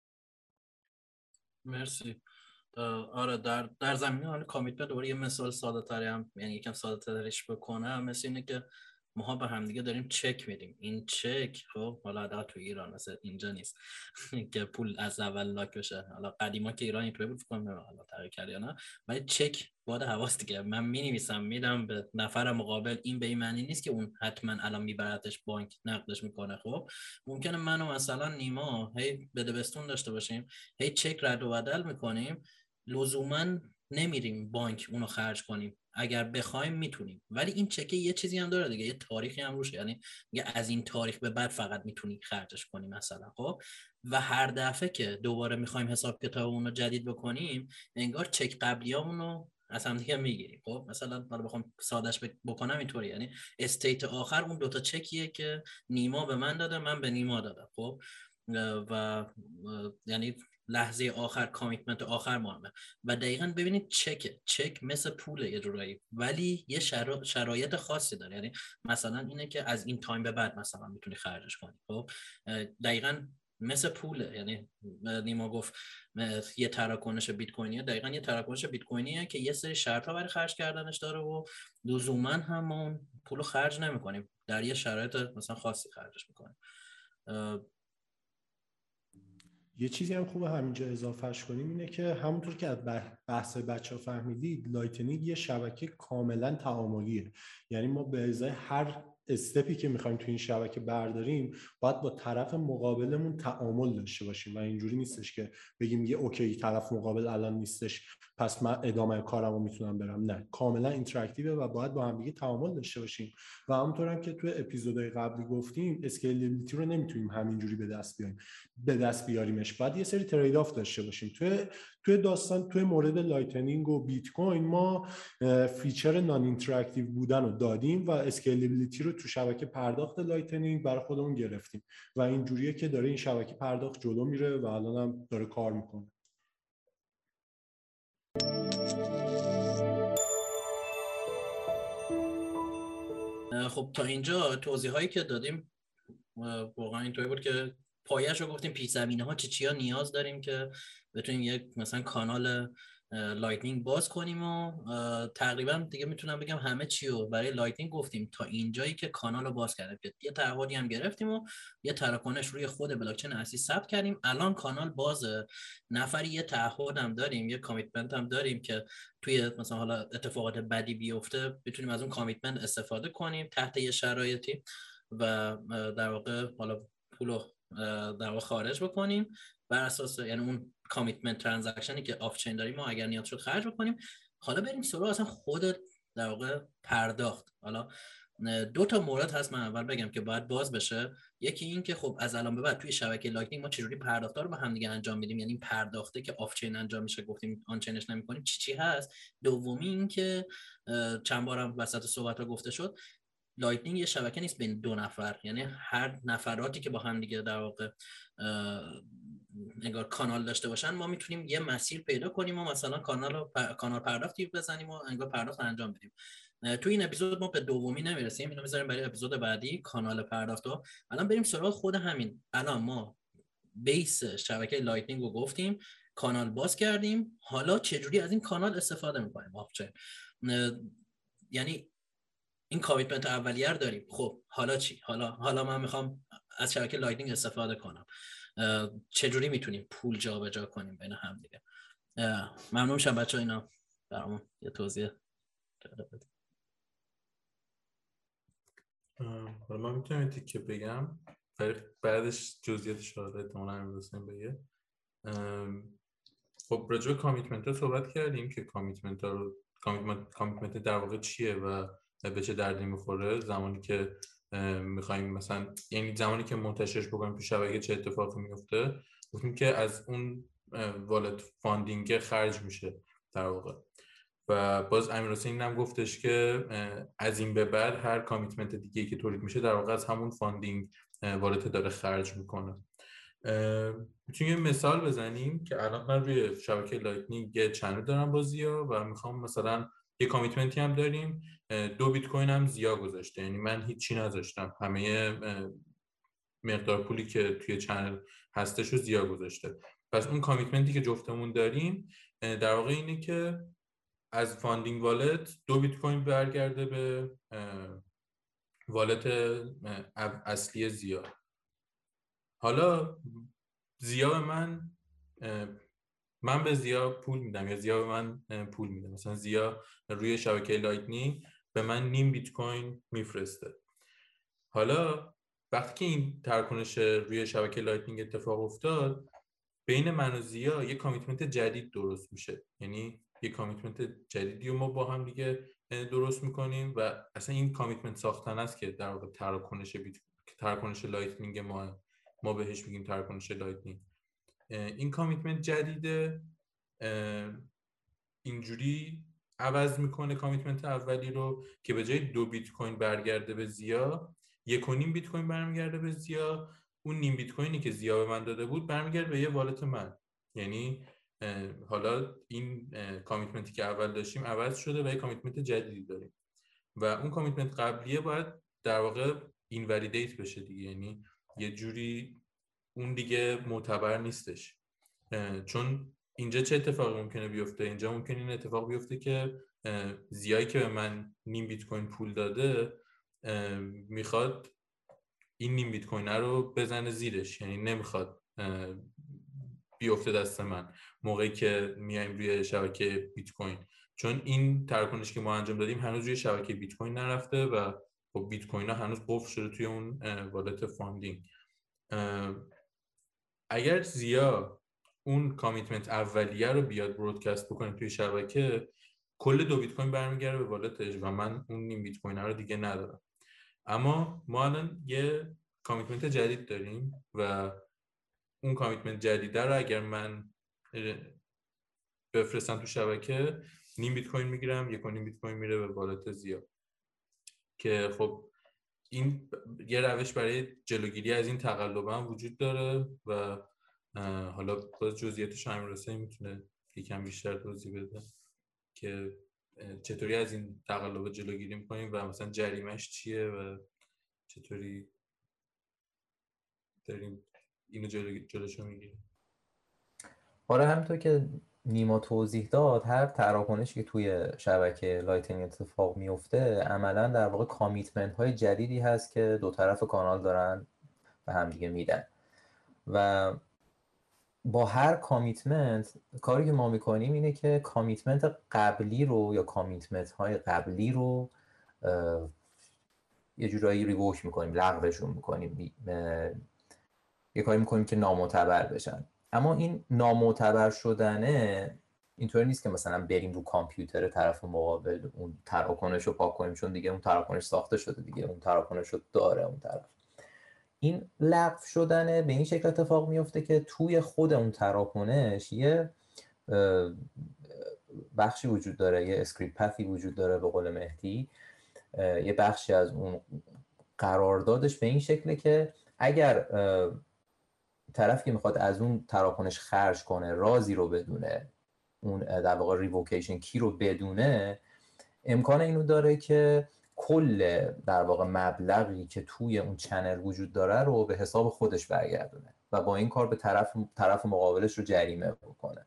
مرسی. آره در زمینه حالا کامیتمنت دوباره یه مثال ساده تری هم، یعنی یکم ساده ترش بکنم، مثل اینه که ماها به هم دیگه داریم چک میدیم. این چک خب حالا حداقل تو ایران مثلا اینجا نیست که پول از اول لاک بشه. حالا قدیما که ایران اینطوری بود، فکر کنم حالا تغییر کرد یا نه، ولی چک باید حواس دیگه. من می‌نویسم میدم به نفر مقابل، این به این معنی نیست که اون حتما الان میبردش بانک نقدش میکنه. خب ممکنه من و مثلا نیما هی بدبستون داشته باشیم، هی چک رد و بدل میکنیم، لزوما نمیریم بانک اونو خرج کنیم. اگر بخوایم میتونیم، ولی این چکه یه چیزی هم داره دیگه، یه تاریخی هم روشه، یعنی میگه از این تاریخ به بعد فقط میتونی خرجش کنی مثلا. خب و هر دفعه که دوباره میخوایم حساب کتابمون رو جدید بکنیم، انگار چک قبلیامون رو از هم دیگه میگیریم. خب مثلا حالا بخوام سادهش بکنم اینطوری، یعنی استیت آخر اون دوتا چکیه که نیما به من داده، من به نیما دادم. خب و یعنی لحظه آخر، کامیتمنت آخر مهمه. و دقیقاً ببینید چک مثل پوله یه جورایی، ولی یه شرایط خاصی داره. یعنی مثلا اینه که از این تایم به بعد مثلا میتونی خرجش کنی. خب دقیقاً مثل پوله. یعنی نیما گفت یه تراکنش بیت کوینیه، دقیقاً یه تراکنش بیت کوینیه که یه سری شرط‌ها برای خرج کردنش داره و لزوما هم ما اون پولو خرج نمی‌کنیم، در یه شرایط مثلا خاصی خرجش می‌کنیم. یه چیزی هم خوبه همینجا اضافهش کنیم اینه که همونطور که از بحث بچه‌ها فهمیدید، لایتنینگ یه شبکه کاملا تعاملیه. یعنی ما به ازای هر استپی که میخوایم تو این شبکه برداریم باید با طرف مقابلمون تعامل داشته باشیم و اینجوری نیستش که بگیم یه اوکی طرف مقابل الان نیستش پس من ادامه کارمو میتونم برم. نه، کاملا اینتراکتیوه و باید با هم دیگه تعامل داشته باشیم. و همونطور هم که تو اپیزودهای قبلی گفتیم، اسکیلبیلیتی رو نمیتونیم همینجوری به دست بیاریمش. باید یه سری ترید آف داشته باشیم. توی داستان، توی مورد لایتنینگ و بیت کوین ما فیچر نان اینتراکتیو بودن رو دادیم و اسکیلبیلیتی رو تو شبکه پرداخت لایتنینگ برای خودمون گرفتیم و اینجوریه که داره این شبکه پرداخت جلو میره و الان هم داره کار میکنه. خب تا اینجا توضیح هایی که دادیم واقعا اینطوری بود که پایه‌اش رو گفتیم، پیش زمینه ها چیا نیاز داریم که بتونیم یک مثلا کانال لایتنینگ باز کنیم و تقریبا دیگه میتونم بگم همه چی رو برای لایتنینگ گفتیم تا اینجایی که کانال رو باز کردیم. یه تعهدی هم گرفتیم و یه تراکنش روی خود بلاکچین اصلی ثبت کردیم. الان کانال بازه، نفری یه تعهد هم داریم، یه کامیتمنت هم داریم که توی مثلا حالا اتفاقات بدی بیفته بتونیم از اون کامیتمنت استفاده کنیم تحت یه شرایطی و در واقع حالا پولو در واقع خارج بکنیم بر اساس، یعنی اون کامیتمنت ترانزکشنی که آف چین داریم ما اگر نیاز شد خرج بکنیم. حالا بریم سراغ اصلا خود در واقع پرداخت. حالا 2 تا مورد هست من اول بگم که باید باز بشه. یکی این که خب از الان به بعد توی شبکه لایتنینگ ما چجوری پرداخت‌ها رو با هم دیگه انجام میدیم، یعنی این پرداخته که آف چین انجام میشه گفتیم آن چینش نمی‌کنیم چی هست. دومی این که چند بارم وسط صحبت‌ها گفته شد، لایتنینگ یه شبکه نیست بین 2 نفر، یعنی هر نفراتی که با هم دیگه در واقع انگار کانال داشته باشن ما میتونیم یه مسیر پیدا کنیم و مثلا کانال پرداختی بزنیم و انگار پرداخت انجام بدیم. تو این اپیزود ما به دومی نمیرسیم، اینو میذاریم برای اپیزود بعدی، کانال پرداختو. الان بریم سراغ خود همین. الان ما بیس شبکه لایتنینگ رو گفتیم، کانال باز کردیم، حالا چجوری از این کانال استفاده میکنیم آف چین. یعنی این کامیتمنت اولیه رو داریم. خب حالا چی؟ حالا من میخوام از شبکه لایتنینگ استفاده کنم. چجوری میتونیم پول جابجا کنیم بین هم دیگه. ممنون میشم بچه‌ها اینا برامون یه توضیح بده. حالا من میتونم یه تیکه بگم بعدش جزئیاتش رو احتمالاً امیرحسین بگه. خب راجع به کامیتمنت ها صحبت کردیم که کامیتمنت در واقع چیه و به چه دردی میخوره زمانی که میخوایم مثلا، یعنی زمانی که منتشرش بکنیم تو شبکه چه اتفاقی میفته. گفتیم که از اون والت فاندینگ خرج میشه در واقع. و باز امیرحسین هم گفتش که از این به بعد هر کامیتمنت دیگه‌ای که تولید میشه در واقع از همون فاندینگ والت داره خرج میکنه. میتونیم یه مثال بزنیم که الان من روی شبکه لایتنینگ یه چنل دارم با زیا و میخوام مثلا یه کامیتمنتی هم داریم 2 بیت کوین هم زیا گذاشته، یعنی من هیچی نذاشتم، همه مقدار پولی که توی چنل هستش رو زیا گذاشته. پس اون کامیتمنتی که جفتمون داریم در واقع اینه که از فاندینگ والت 2 بیت کوین برگرده به والت اصلی زیا. حالا زیا به من به زیا پول میدم یا زیا به من پول میده. مثلا زیا روی شبکه لایتنینگ به من نیم بیت کوین میفرسته. حالا وقتی که این تراکنش روی شبکه لایتنینگ اتفاق افتاد، بین من و زیا یه کامیتمنت جدید درست میشه، یعنی یه کامیتمنت جدیدی رو ما با هم دیگه درست میکنیم و اصلا این کامیتمنت ساختن است که در واقع تراکنش لایتنینگ ما بهش میگیم تراکنش لایتنینگ. این کامیتمنت جدیده اینجوری عوض میکنه کامیتمنت اولی رو که به جای 2 بیت کوین برگرده به زیا 1.5 بیت کوین برمیگرده به زیا. اون نیم بیت کوینی که زیا به من داده بود برمیگرده به یه والت من. یعنی حالا این کامیتمنتی که اول داشتیم عوض شده و یه کامیتمنت جدیدی داریم و اون کامیتمنت قبلیه باید در واقع اینولیدیت بشه دیگه، یعنی یه جوری اون دیگه معتبر نیستش. چون اینجا چه اتفاقی ممکنه بیفته؟ اینجا ممکنه این اتفاق بیفته که زیایی که به من نیم بیت کوین پول داده میخواد این نیم بیت کوین رو بزنه زیرش، یعنی نمیخواد بیفته دست من موقعی که میایم روی شبکه بیت کوین، چون این تراکنشی که ما انجام دادیم هنوز روی شبکه بیت کوین نرفته و خب بیت کوین ها هنوز قفل شده توی اون والت فاندینگ. اگر زیا اون کامیتمنت اولیه رو بیاد برودکست بکنه توی شبکه، کل 2 بیت کوین برمیگره به والتش و من اون نیم بیت کوین رو دیگه ندارم. اما ما الان یه کامیتمنت جدید داریم و اون کامیتمنت جدیده رو اگر من بفرستم تو شبکه نیم بیت کوین میگیرم، 1.5 بیت کوین میره به والت زیا که خب این یه روش برای جلوگیری از این تقلب هم وجود داره و حالا باز جزئیاتش امیرحسین میتونه یکم بیشتر توضیح بده که چطوری از این تقلب جلوگیری میکنیم و مثلا جریمه‌اش چیه و چطوری داریم اینو جلوشو میگیریم. آره همونطور که نیما توضیح داد، هر تراکنشی که توی شبکه لایتنینگ اتفاق میفته عملا در واقع کامیتمنت های جدیدی هست که دو طرف کانال دارن به هم دیگه میدن و با هر کامیتمنت کاری که ما میکنیم اینه که کامیتمنت قبلی رو یا کامیتمنت های قبلی رو یه جورایی ریووک میکنیم، لغوشون میکنیم، یه کاری میکنیم که نامعتبر بشن. اما این نامعتبر شدنه اینطوری نیست که مثلا بریم رو کامپیوتر طرف مقابل اون تراکنش رو پاک کنیم، چون دیگه اون تراکنش ساخته شده، دیگه اون تراکنش رو داره اون طرف. این لغو شدنه به این شکل اتفاق میفته که توی خود اون تراکنش یه بخشی وجود داره، یه اسکریپت پثی وجود داره به قول مهدی، یه بخشی از اون قراردادش به این شکله که اگر طرفی که میخواد از اون تراکنش خرج کنه رازی رو بدونه، اون در واقع ریووکیشن کی رو بدونه، امکان اینو داره که کل در واقع مبلغی که توی اون چنل وجود داره رو به حساب خودش برگردونه و با این کار به طرف مقابلش رو جریمه بکنه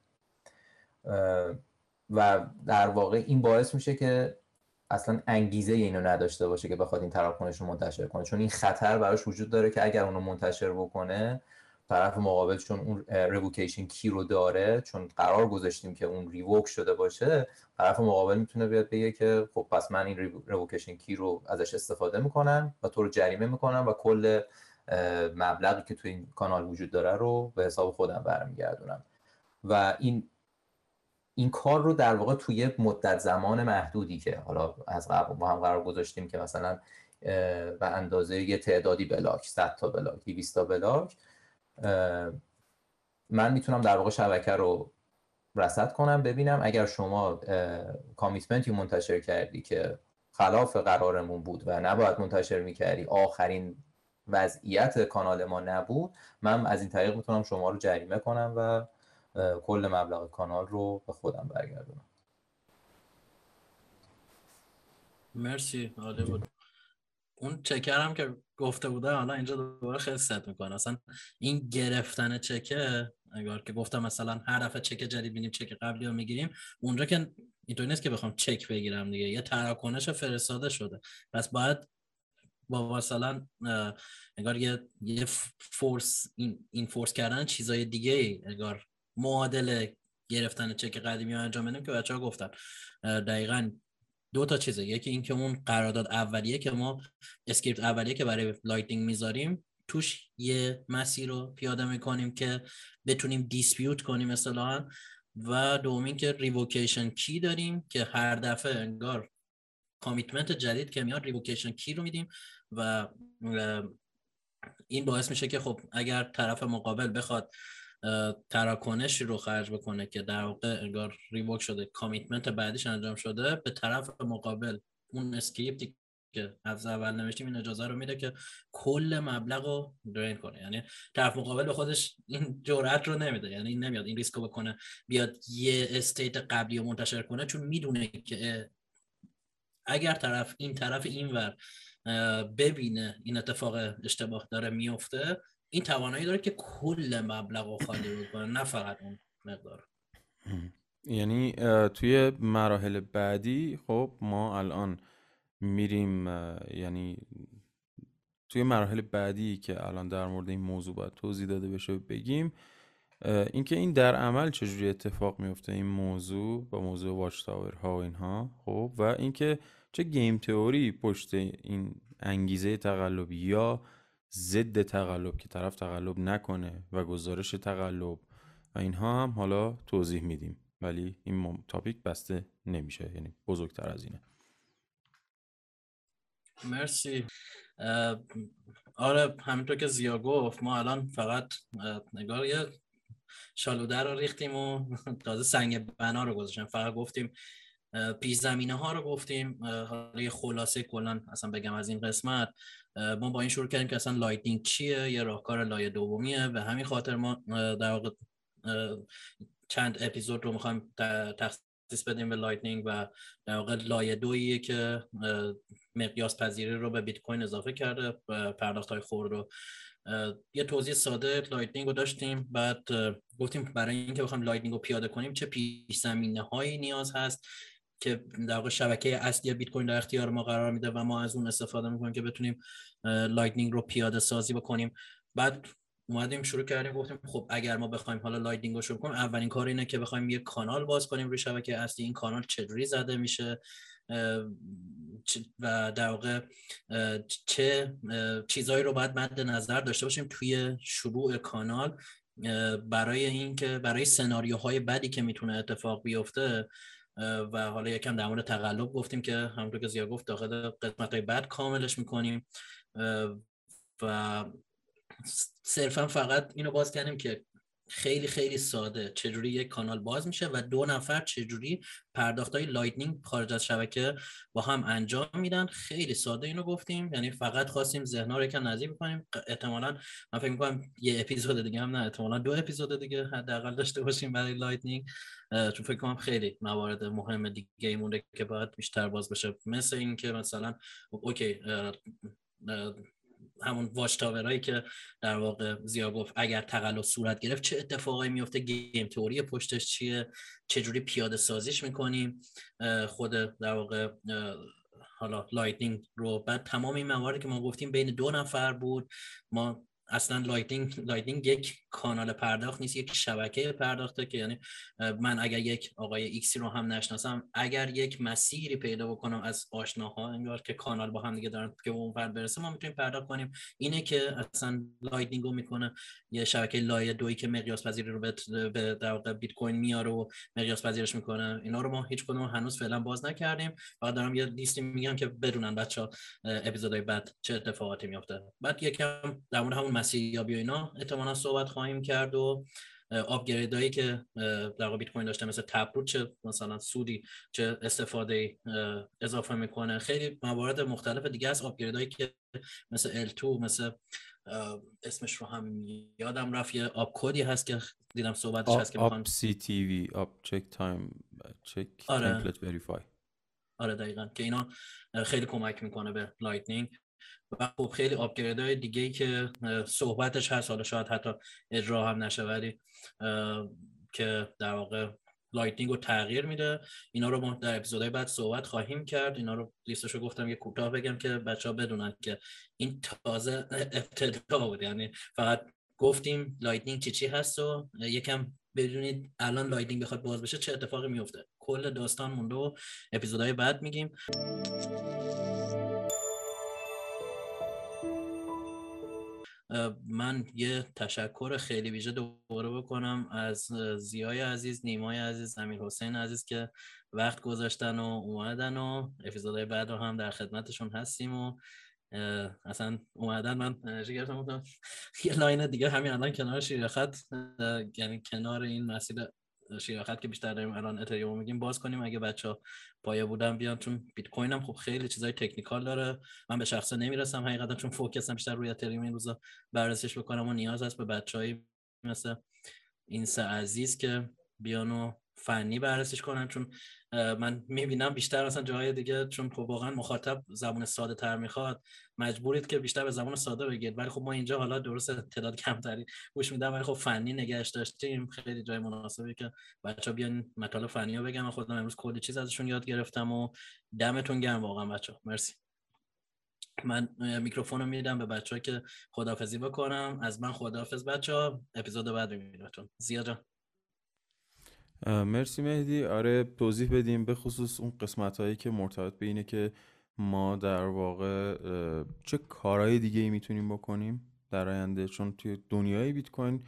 و در واقع این باعث میشه که اصلا انگیزه اینو نداشته باشه که بخواد این تراکنش رو منتشر کنه، چون این خطر براش وجود داره که اگر اونو منتشر بکنه طرف مقابل چون اون ریووکیشن کی رو داره، چون قرار گذاشتیم که اون ریووک شده باشه، طرف مقابل میتونه بیاد بگه که خب پس من این ریووکیشن کی رو ازش استفاده میکنم و تو رو جریمه میکنم و کل مبلغی که تو این کانال وجود داره رو به حساب خودم برمیگردونم. و این کار رو در واقع توی مدت زمان محدودی که حالا از قبل ما هم قرار گذاشتیم که مثلا به اندازه یه تعدادی بلاک، 100 تا بلاک، 200 تا بلاک، من میتونم در واقع شبکه رو رصد کنم، ببینم اگر شما کامیتمنتی منتشر کردی که خلاف قرارمون بود و نباید منتشر میکردی، آخرین وضعیت کانال ما نبود، من از این طریق میتونم شما رو جریمه کنم و کل مبلغ کانال رو به خودم برگردونم. مرسی، عالی بود. اون چکرم که گفته بوده حالا اینجا دوباره خیلی ست میکنه. اصلا این گرفتن چکه، اگر که گفتم مثلا هر دفعه چک جدید بینیم چک قبلی رو میگیریم، اونجا که اینطوری نیست که بخوام چک بگیرم دیگه، یه تراکنش فرستاده شده، پس باید با مثلا انگار یه فورس این فورس کردن چیزای دیگه ای انگار معادل گرفتن چک قدیمی رو انجام بدیم که بچه‌ها گفتن دقیقاً دو تا چیزه. یکی این که اون قرارداد اولیه که ما اسکریپت اولیه که برای لایتنینگ میذاریم توش یه مسیر رو پیاده میکنیم که بتونیم دیسپیوت کنیم اصطلاحاً، و دومین که ریووکیشن کی داریم که هر دفعه انگار کامیتمنت جدید که میاد ریووکیشن کی رو میدیم و این باعث میشه که خب اگر طرف مقابل بخواد تراکنشی رو خرج بکنه که در واقع انگار ریووک شده، کامیتمنت بعدیش انجام شده، به طرف مقابل اون اسکریپتی که از اول نوشتیم این اجازه رو میده که کل مبلغ رو درین کنه. یعنی طرف مقابل به خودش این جرأت رو نمیده، یعنی این نمیاد این ریسکو بکنه بیاد یه استیت قبلی رو منتشر کنه، چون میدونه که اگر طرف اینور ببینه این اتفاق اشتباه داره میفته، این توانایی داره که کل مبلغ رو خالی بکنه، نه فقط اون مقدار. یعنی توی مراحل بعدی خب ما الان میریم، یعنی توی مراحل بعدی که الان در مورد این موضوع باید توضیح داده بشه بگیم اینکه این در عمل چجوری اتفاق میفته این موضوع با موضوع واچ تاور ها و اینها، خب و اینکه چه گیم تئوری پشت این انگیزه تقلب یا ضد تقلب که طرف تقلب نکنه و گزارش تقلب و اینها هم حالا توضیح میدیم، ولی این تاپیک بسته نمیشه، یعنی بزرگتر از اینه. مرسی. آره همینطور که زیا گفت ما الان فقط نگاه یه شالوده رو ریختیم و تازه سنگ بنا رو گذاشتیم، فقط گفتیم پیش زمینه ها رو گفتیم. حالا یه خلاصه کلن اصلا بگم از این قسمت، ما با این شروع کردیم که اصلا لایتنینگ چیه، یه راهکار لایه دومیه، به همین خاطر ما در واقع چند اپیزود رو میخوایم تخصیص بدیم به لایتنینگ و در واقع لایه دوییه که مقیاس پذیری رو به بیت کوین اضافه کرده، پرداخت‌های خرد رو. یه توضیح ساده لایتنینگ رو داشتیم، بعد گفتیم برای اینکه بخوایم لایتنینگ رو پیاده کنیم چه پیش زمینه‌هایی نیاز هست که در واقع شبکه اصلی بیت کوین در اختیار ما قرار میده و ما از اون استفاده میکنیم که بتونیم لایتنینگ رو پیاده سازی بکنیم. بعد اومدیم شروع کردیم گفتیم خب اگر ما بخوایم حالا لایتنینگ رو شروع کنیم، اولین کار اینه که بخوایم یه کانال باز کنیم روی شبکه اصلی. این کانال چجوری زده میشه و در واقع چه چیزایی رو باید مد نظر داشته باشیم توی شروع کانال برای اینکه برای سناریوهای بعدی که میتونه اتفاق بیفته. و حالا یکم در مورد تقلب گفتیم که همونطور که زیا گفت داخل قسمت‌های بعد کاملش میکنیم و صرفا فقط اینو باز کردیم که خیلی خیلی ساده چجوری یک کانال باز میشه و دو نفر چجوری پرداختای لایتنینگ خارج از شبکه با هم انجام میدن. خیلی ساده اینو گفتیم، یعنی فقط خواستیم ذهن‌ها رو یکم نزدیک کنیم. احتمالاً من فکر می‌کنم یه اپیزود دیگه هم نه، احتمالاً 2 اپیزود دیگه حداقل داشته باشیم برای لایتنینگ، چون فکر کنم خیلی موارد مهم دیگه مونده که باید بیشتر باز بشه، مثل این که مثلا اوکی همون واچ تاورایی که در واقع زیا گفت اگر تقلب صورت گرفت چه اتفاقایی میفته، گیم تئوری پشتش چیه، چجوری پیاده سازیش میکنیم خود در واقع حالا لایتنینگ رو. بعد تمام این مواردی که ما گفتیم بین 2 نفر بود، ما اصلا لایتنینگ یک کانال پرداخت نیست، یک شبکه پرداخته که یعنی من اگر یک آقای ایکسی رو هم نشناسم، اگر یک مسیری پیدا بکنم از آشناها انگار که کانال با هم دیگه دارن که اون فرد برسه، ما میتونیم پرداخت کنیم. اینه که اصلا لایتنینگ رو میکنه یه شبکه لایه دویی که مقیاس پذیری رو به در واقع بیت کوین میاره و مقیاس پذیرش میکنه. اینا رو ما هیچ کدوم هنوز فعلا باز نکردیم، فقط دارم یه لیستی میگم که بدونن بچه‌ها اپیزودهای بعد چه اتفاقاتی میفته. بعد یکم در مورد همون مسیریابی و اینا احتمالاً صحبت خواهیم کرد و آپگریدایی که در واقع بیت کوین داشته مثل تپروت چه مثلا سودی چه استفاده اضافه میکنه. خیلی موارد مختلف دیگه از آپگریدایی که مثل L2 مثل اسمش رو هم یادم رفت، یه آپ کدی هست که دیدم صحبتش هست که میخوان CTV آپ چک تایم چک تمپلیت وریفای. آره دقیقاً، که اینا خیلی کمک میکنه به لایتنینگ. و خب خیلی آپگریدهای دیگه‌ای که صحبتش هست، حالا شاید حتی اجرا هم نشه، ولی که در واقع لایتنینگ رو تغییر میده. اینا رو ما در اپیزودهای بعد صحبت خواهیم کرد. اینا رو لیستشو گفتم یه کوتاه بگم که بچه‌ها بدونن که این تازه ابتدا بود، یعنی فقط گفتیم لایتنینگ چی هست و یکم بدونید الان لایتنینگ بخواد باز بشه چه اتفاقی میفته. کل داستان مونده و اپیزودهای بعد میگیم. من یه تشکر خیلی ویژه دوباره بکنم از زیای عزیز، نیمای عزیز، امیرحسین عزیز که وقت گذاشتن و اومدن و اپیزودهای بعد رو هم در خدمتشون هستیم و اصلا اومدن. من انرژی گرفتم بودم یه لاین دیگه همین الان کنار شیرخط، یعنی کنار این مسیر شیرخط که بیشتر داریم الان اتریوم میگیم باز کنیم اگه بچه‌ها پایه بودن بیان، چون بیت کوین هم خب خیلی چیزای تکنیکال داره. من به شخصه نمیرسم حقیقتا، چون فوکسم بیشتر روی اتریوم این روزا بررسیش بکنم و نیاز هست به بچه‌ای مثل اینسا عزیز که بیان و فنی بررسیش کنن، چون من میبینم بیشتر مثلا جاهای دیگه چون خب واقعا مخاطب زبان ساده تر میخواد مجبورید که بیشتر به زبان ساده بگید، ولی خب ما اینجا حالا درست تعداد کمتری گوش میدم ولی خب فنی نگهش داشتیم. خیلی جای مناسبی که بچه‌ها بیان مطالب فنی رو بگن. من خودم امروز کلی چیز ازشون یاد گرفتم و دمتون گرم واقعا بچه‌ها، مرسی. من میکروفون رو میدم به بچه‌ها که خداحافظی بکنم. از من خداحافظ بچه‌ها، اپیزود بعد میبینمتون. زیاد جان. مرسی مهدی. آره توضیح بدیم به خصوص اون قسمت‌هایی که مرتبط به اینه که ما در واقع چه کارهای دیگه‌ای میتونیم بکنیم در آینده، چون توی دنیای بیت کوین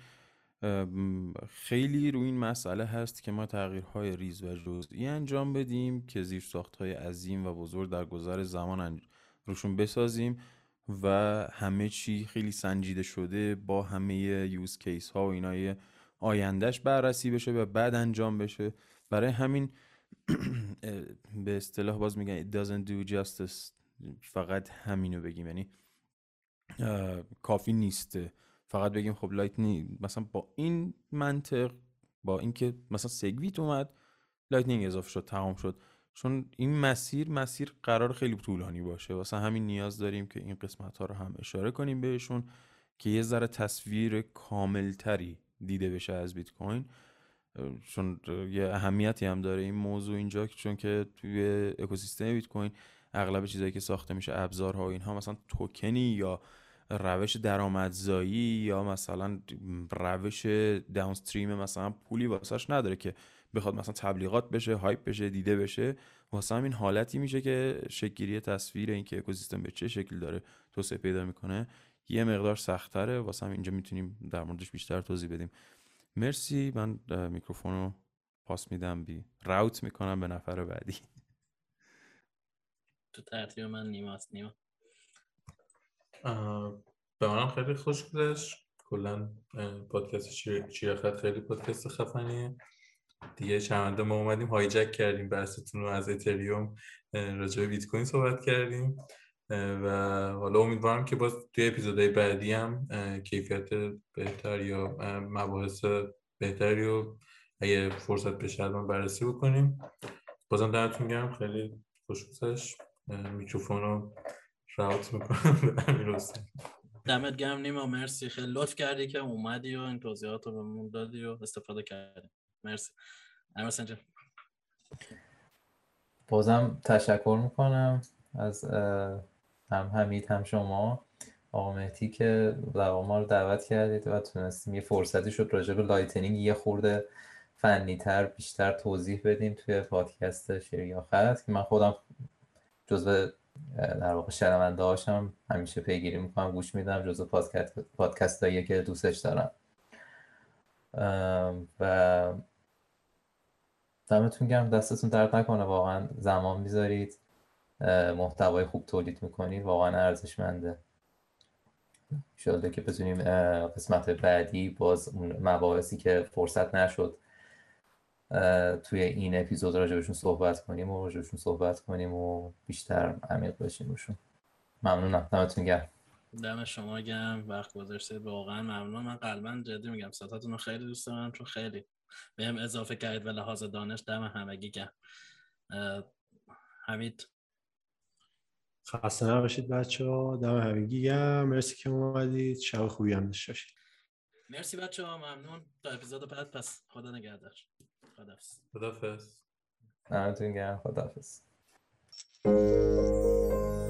خیلی روی این مسئله هست که ما تغییرهای ریز و جزئی انجام بدیم که زیرساخت‌های عظیم و بزرگ در گذر زمان روشون بسازیم و همه چی خیلی سنجیده شده با همه یوز کیس ها و اینای آیندهش بررسی بشه و بعد انجام بشه. برای همین به اصطلاح باز میگن it doesn't do justice، فقط همینو بگیم، یعنی کافی نیسته فقط بگیم خب لایتنینگ مثلا با این منطق، با اینکه مثلا سگویت اومد لایتنینگ اضافه شد تمام شد، چون این مسیر قرار خیلی طولانی باشه. واسه همین نیاز داریم که این قسمت ها رو هم اشاره کنیم بهشون که یه ذره تصویر کاملتری دیده بشه از بیت کوین، چون یه اهمیتی هم داره این موضوع اینجا، چون که توی اکوسیستم بیت کوین اغلب چیزایی که ساخته میشه ابزارها و اینها مثلا توکنی یا روش درآمدزایی یا مثلا روش داونستریم مثلا پولی واسش نداره که بخواد مثلا تبلیغات بشه، هایپ بشه، دیده بشه. واسه همین حالتی میشه که شکل‌گیری تصویر این که اکوسیستم به چه شکل داره توسعه پیدا میکنه یه مقدار سخت‌تره. واسه همین اینجا میتونیم در موردش بیشتر توضیح بدیم. مرسی. من میکروفون رو پاس میدم راوت میکنم به نفر بعدی. تو ترتیب من نیماست. نیما به منم خیلی خوش گذشت. کلا پادکست چیرخط خیلی پادکست خفنیه دیگه. چند ما اومدیم هایجک کردیم بحثتون رو از اتریوم راجع به بیت کوین صحبت کردیم و حالا امیدوارم که باز توی اپیزودهای بعدی هم کیفیت بهتر یا مباحث بهتری رو اگه فرصت بشه حتما بررسی بکنیم. بازم دمتون گرم، خیلی خوش گذشت. میکروفون رو راوت میکنم به امیرحسین. دمت گرم نیما، مرسی، خیلی لطف کردی که اومدی و این توضیحات رو بهمون دادی و استفاده کردیم. مرسی امیرحسین جان. بازم تشکر میکنم از هم حمید هم شما آقا مهدی که در واقع ما رو دعوت کردید و تونستیم یه فرصتی شد راجع به لایتنینگ یه خورده فنی‌تر بیشتر توضیح بدیم توی پادکست شیریاخت که من خودم جزو در واقع شنونده هاشم، همیشه پیگیری میکنم، گوش میدم، جزو پادکست هایی که دوستش دارم و دمتون گرم، دستتون درد نکنه، واقعا زمان میذارید، محتوای خوب تولید میکنید، واقعا ارزشمنده. انشالله که بتونیم قسمت بعدی باز اون مباحثی که فرصت نشد توی این اپیزود راجبشون صحبت کنیم و بیشتر عمیق بشیم روشون. ممنونم، دمتون گرم. دم شما گرم، وقت گذاشتید، واقعا ممنون. من قلبا جدی میگم ستاتون رو خیلی دوست دارم، چون خیلی بهم اضافه کردید به لحاظ دانش. دم همگی گرم. حمید خسته نباشید بچه‌ها، دم همگی گرم، مرسی که اومدید، شب خوبی هم داشته باشید. مرسی بچه‌ها، ممنون. تا اپیزود بعد، پس خدا نگهدار. خداحافظ. دمتون گرم، خداحافظ.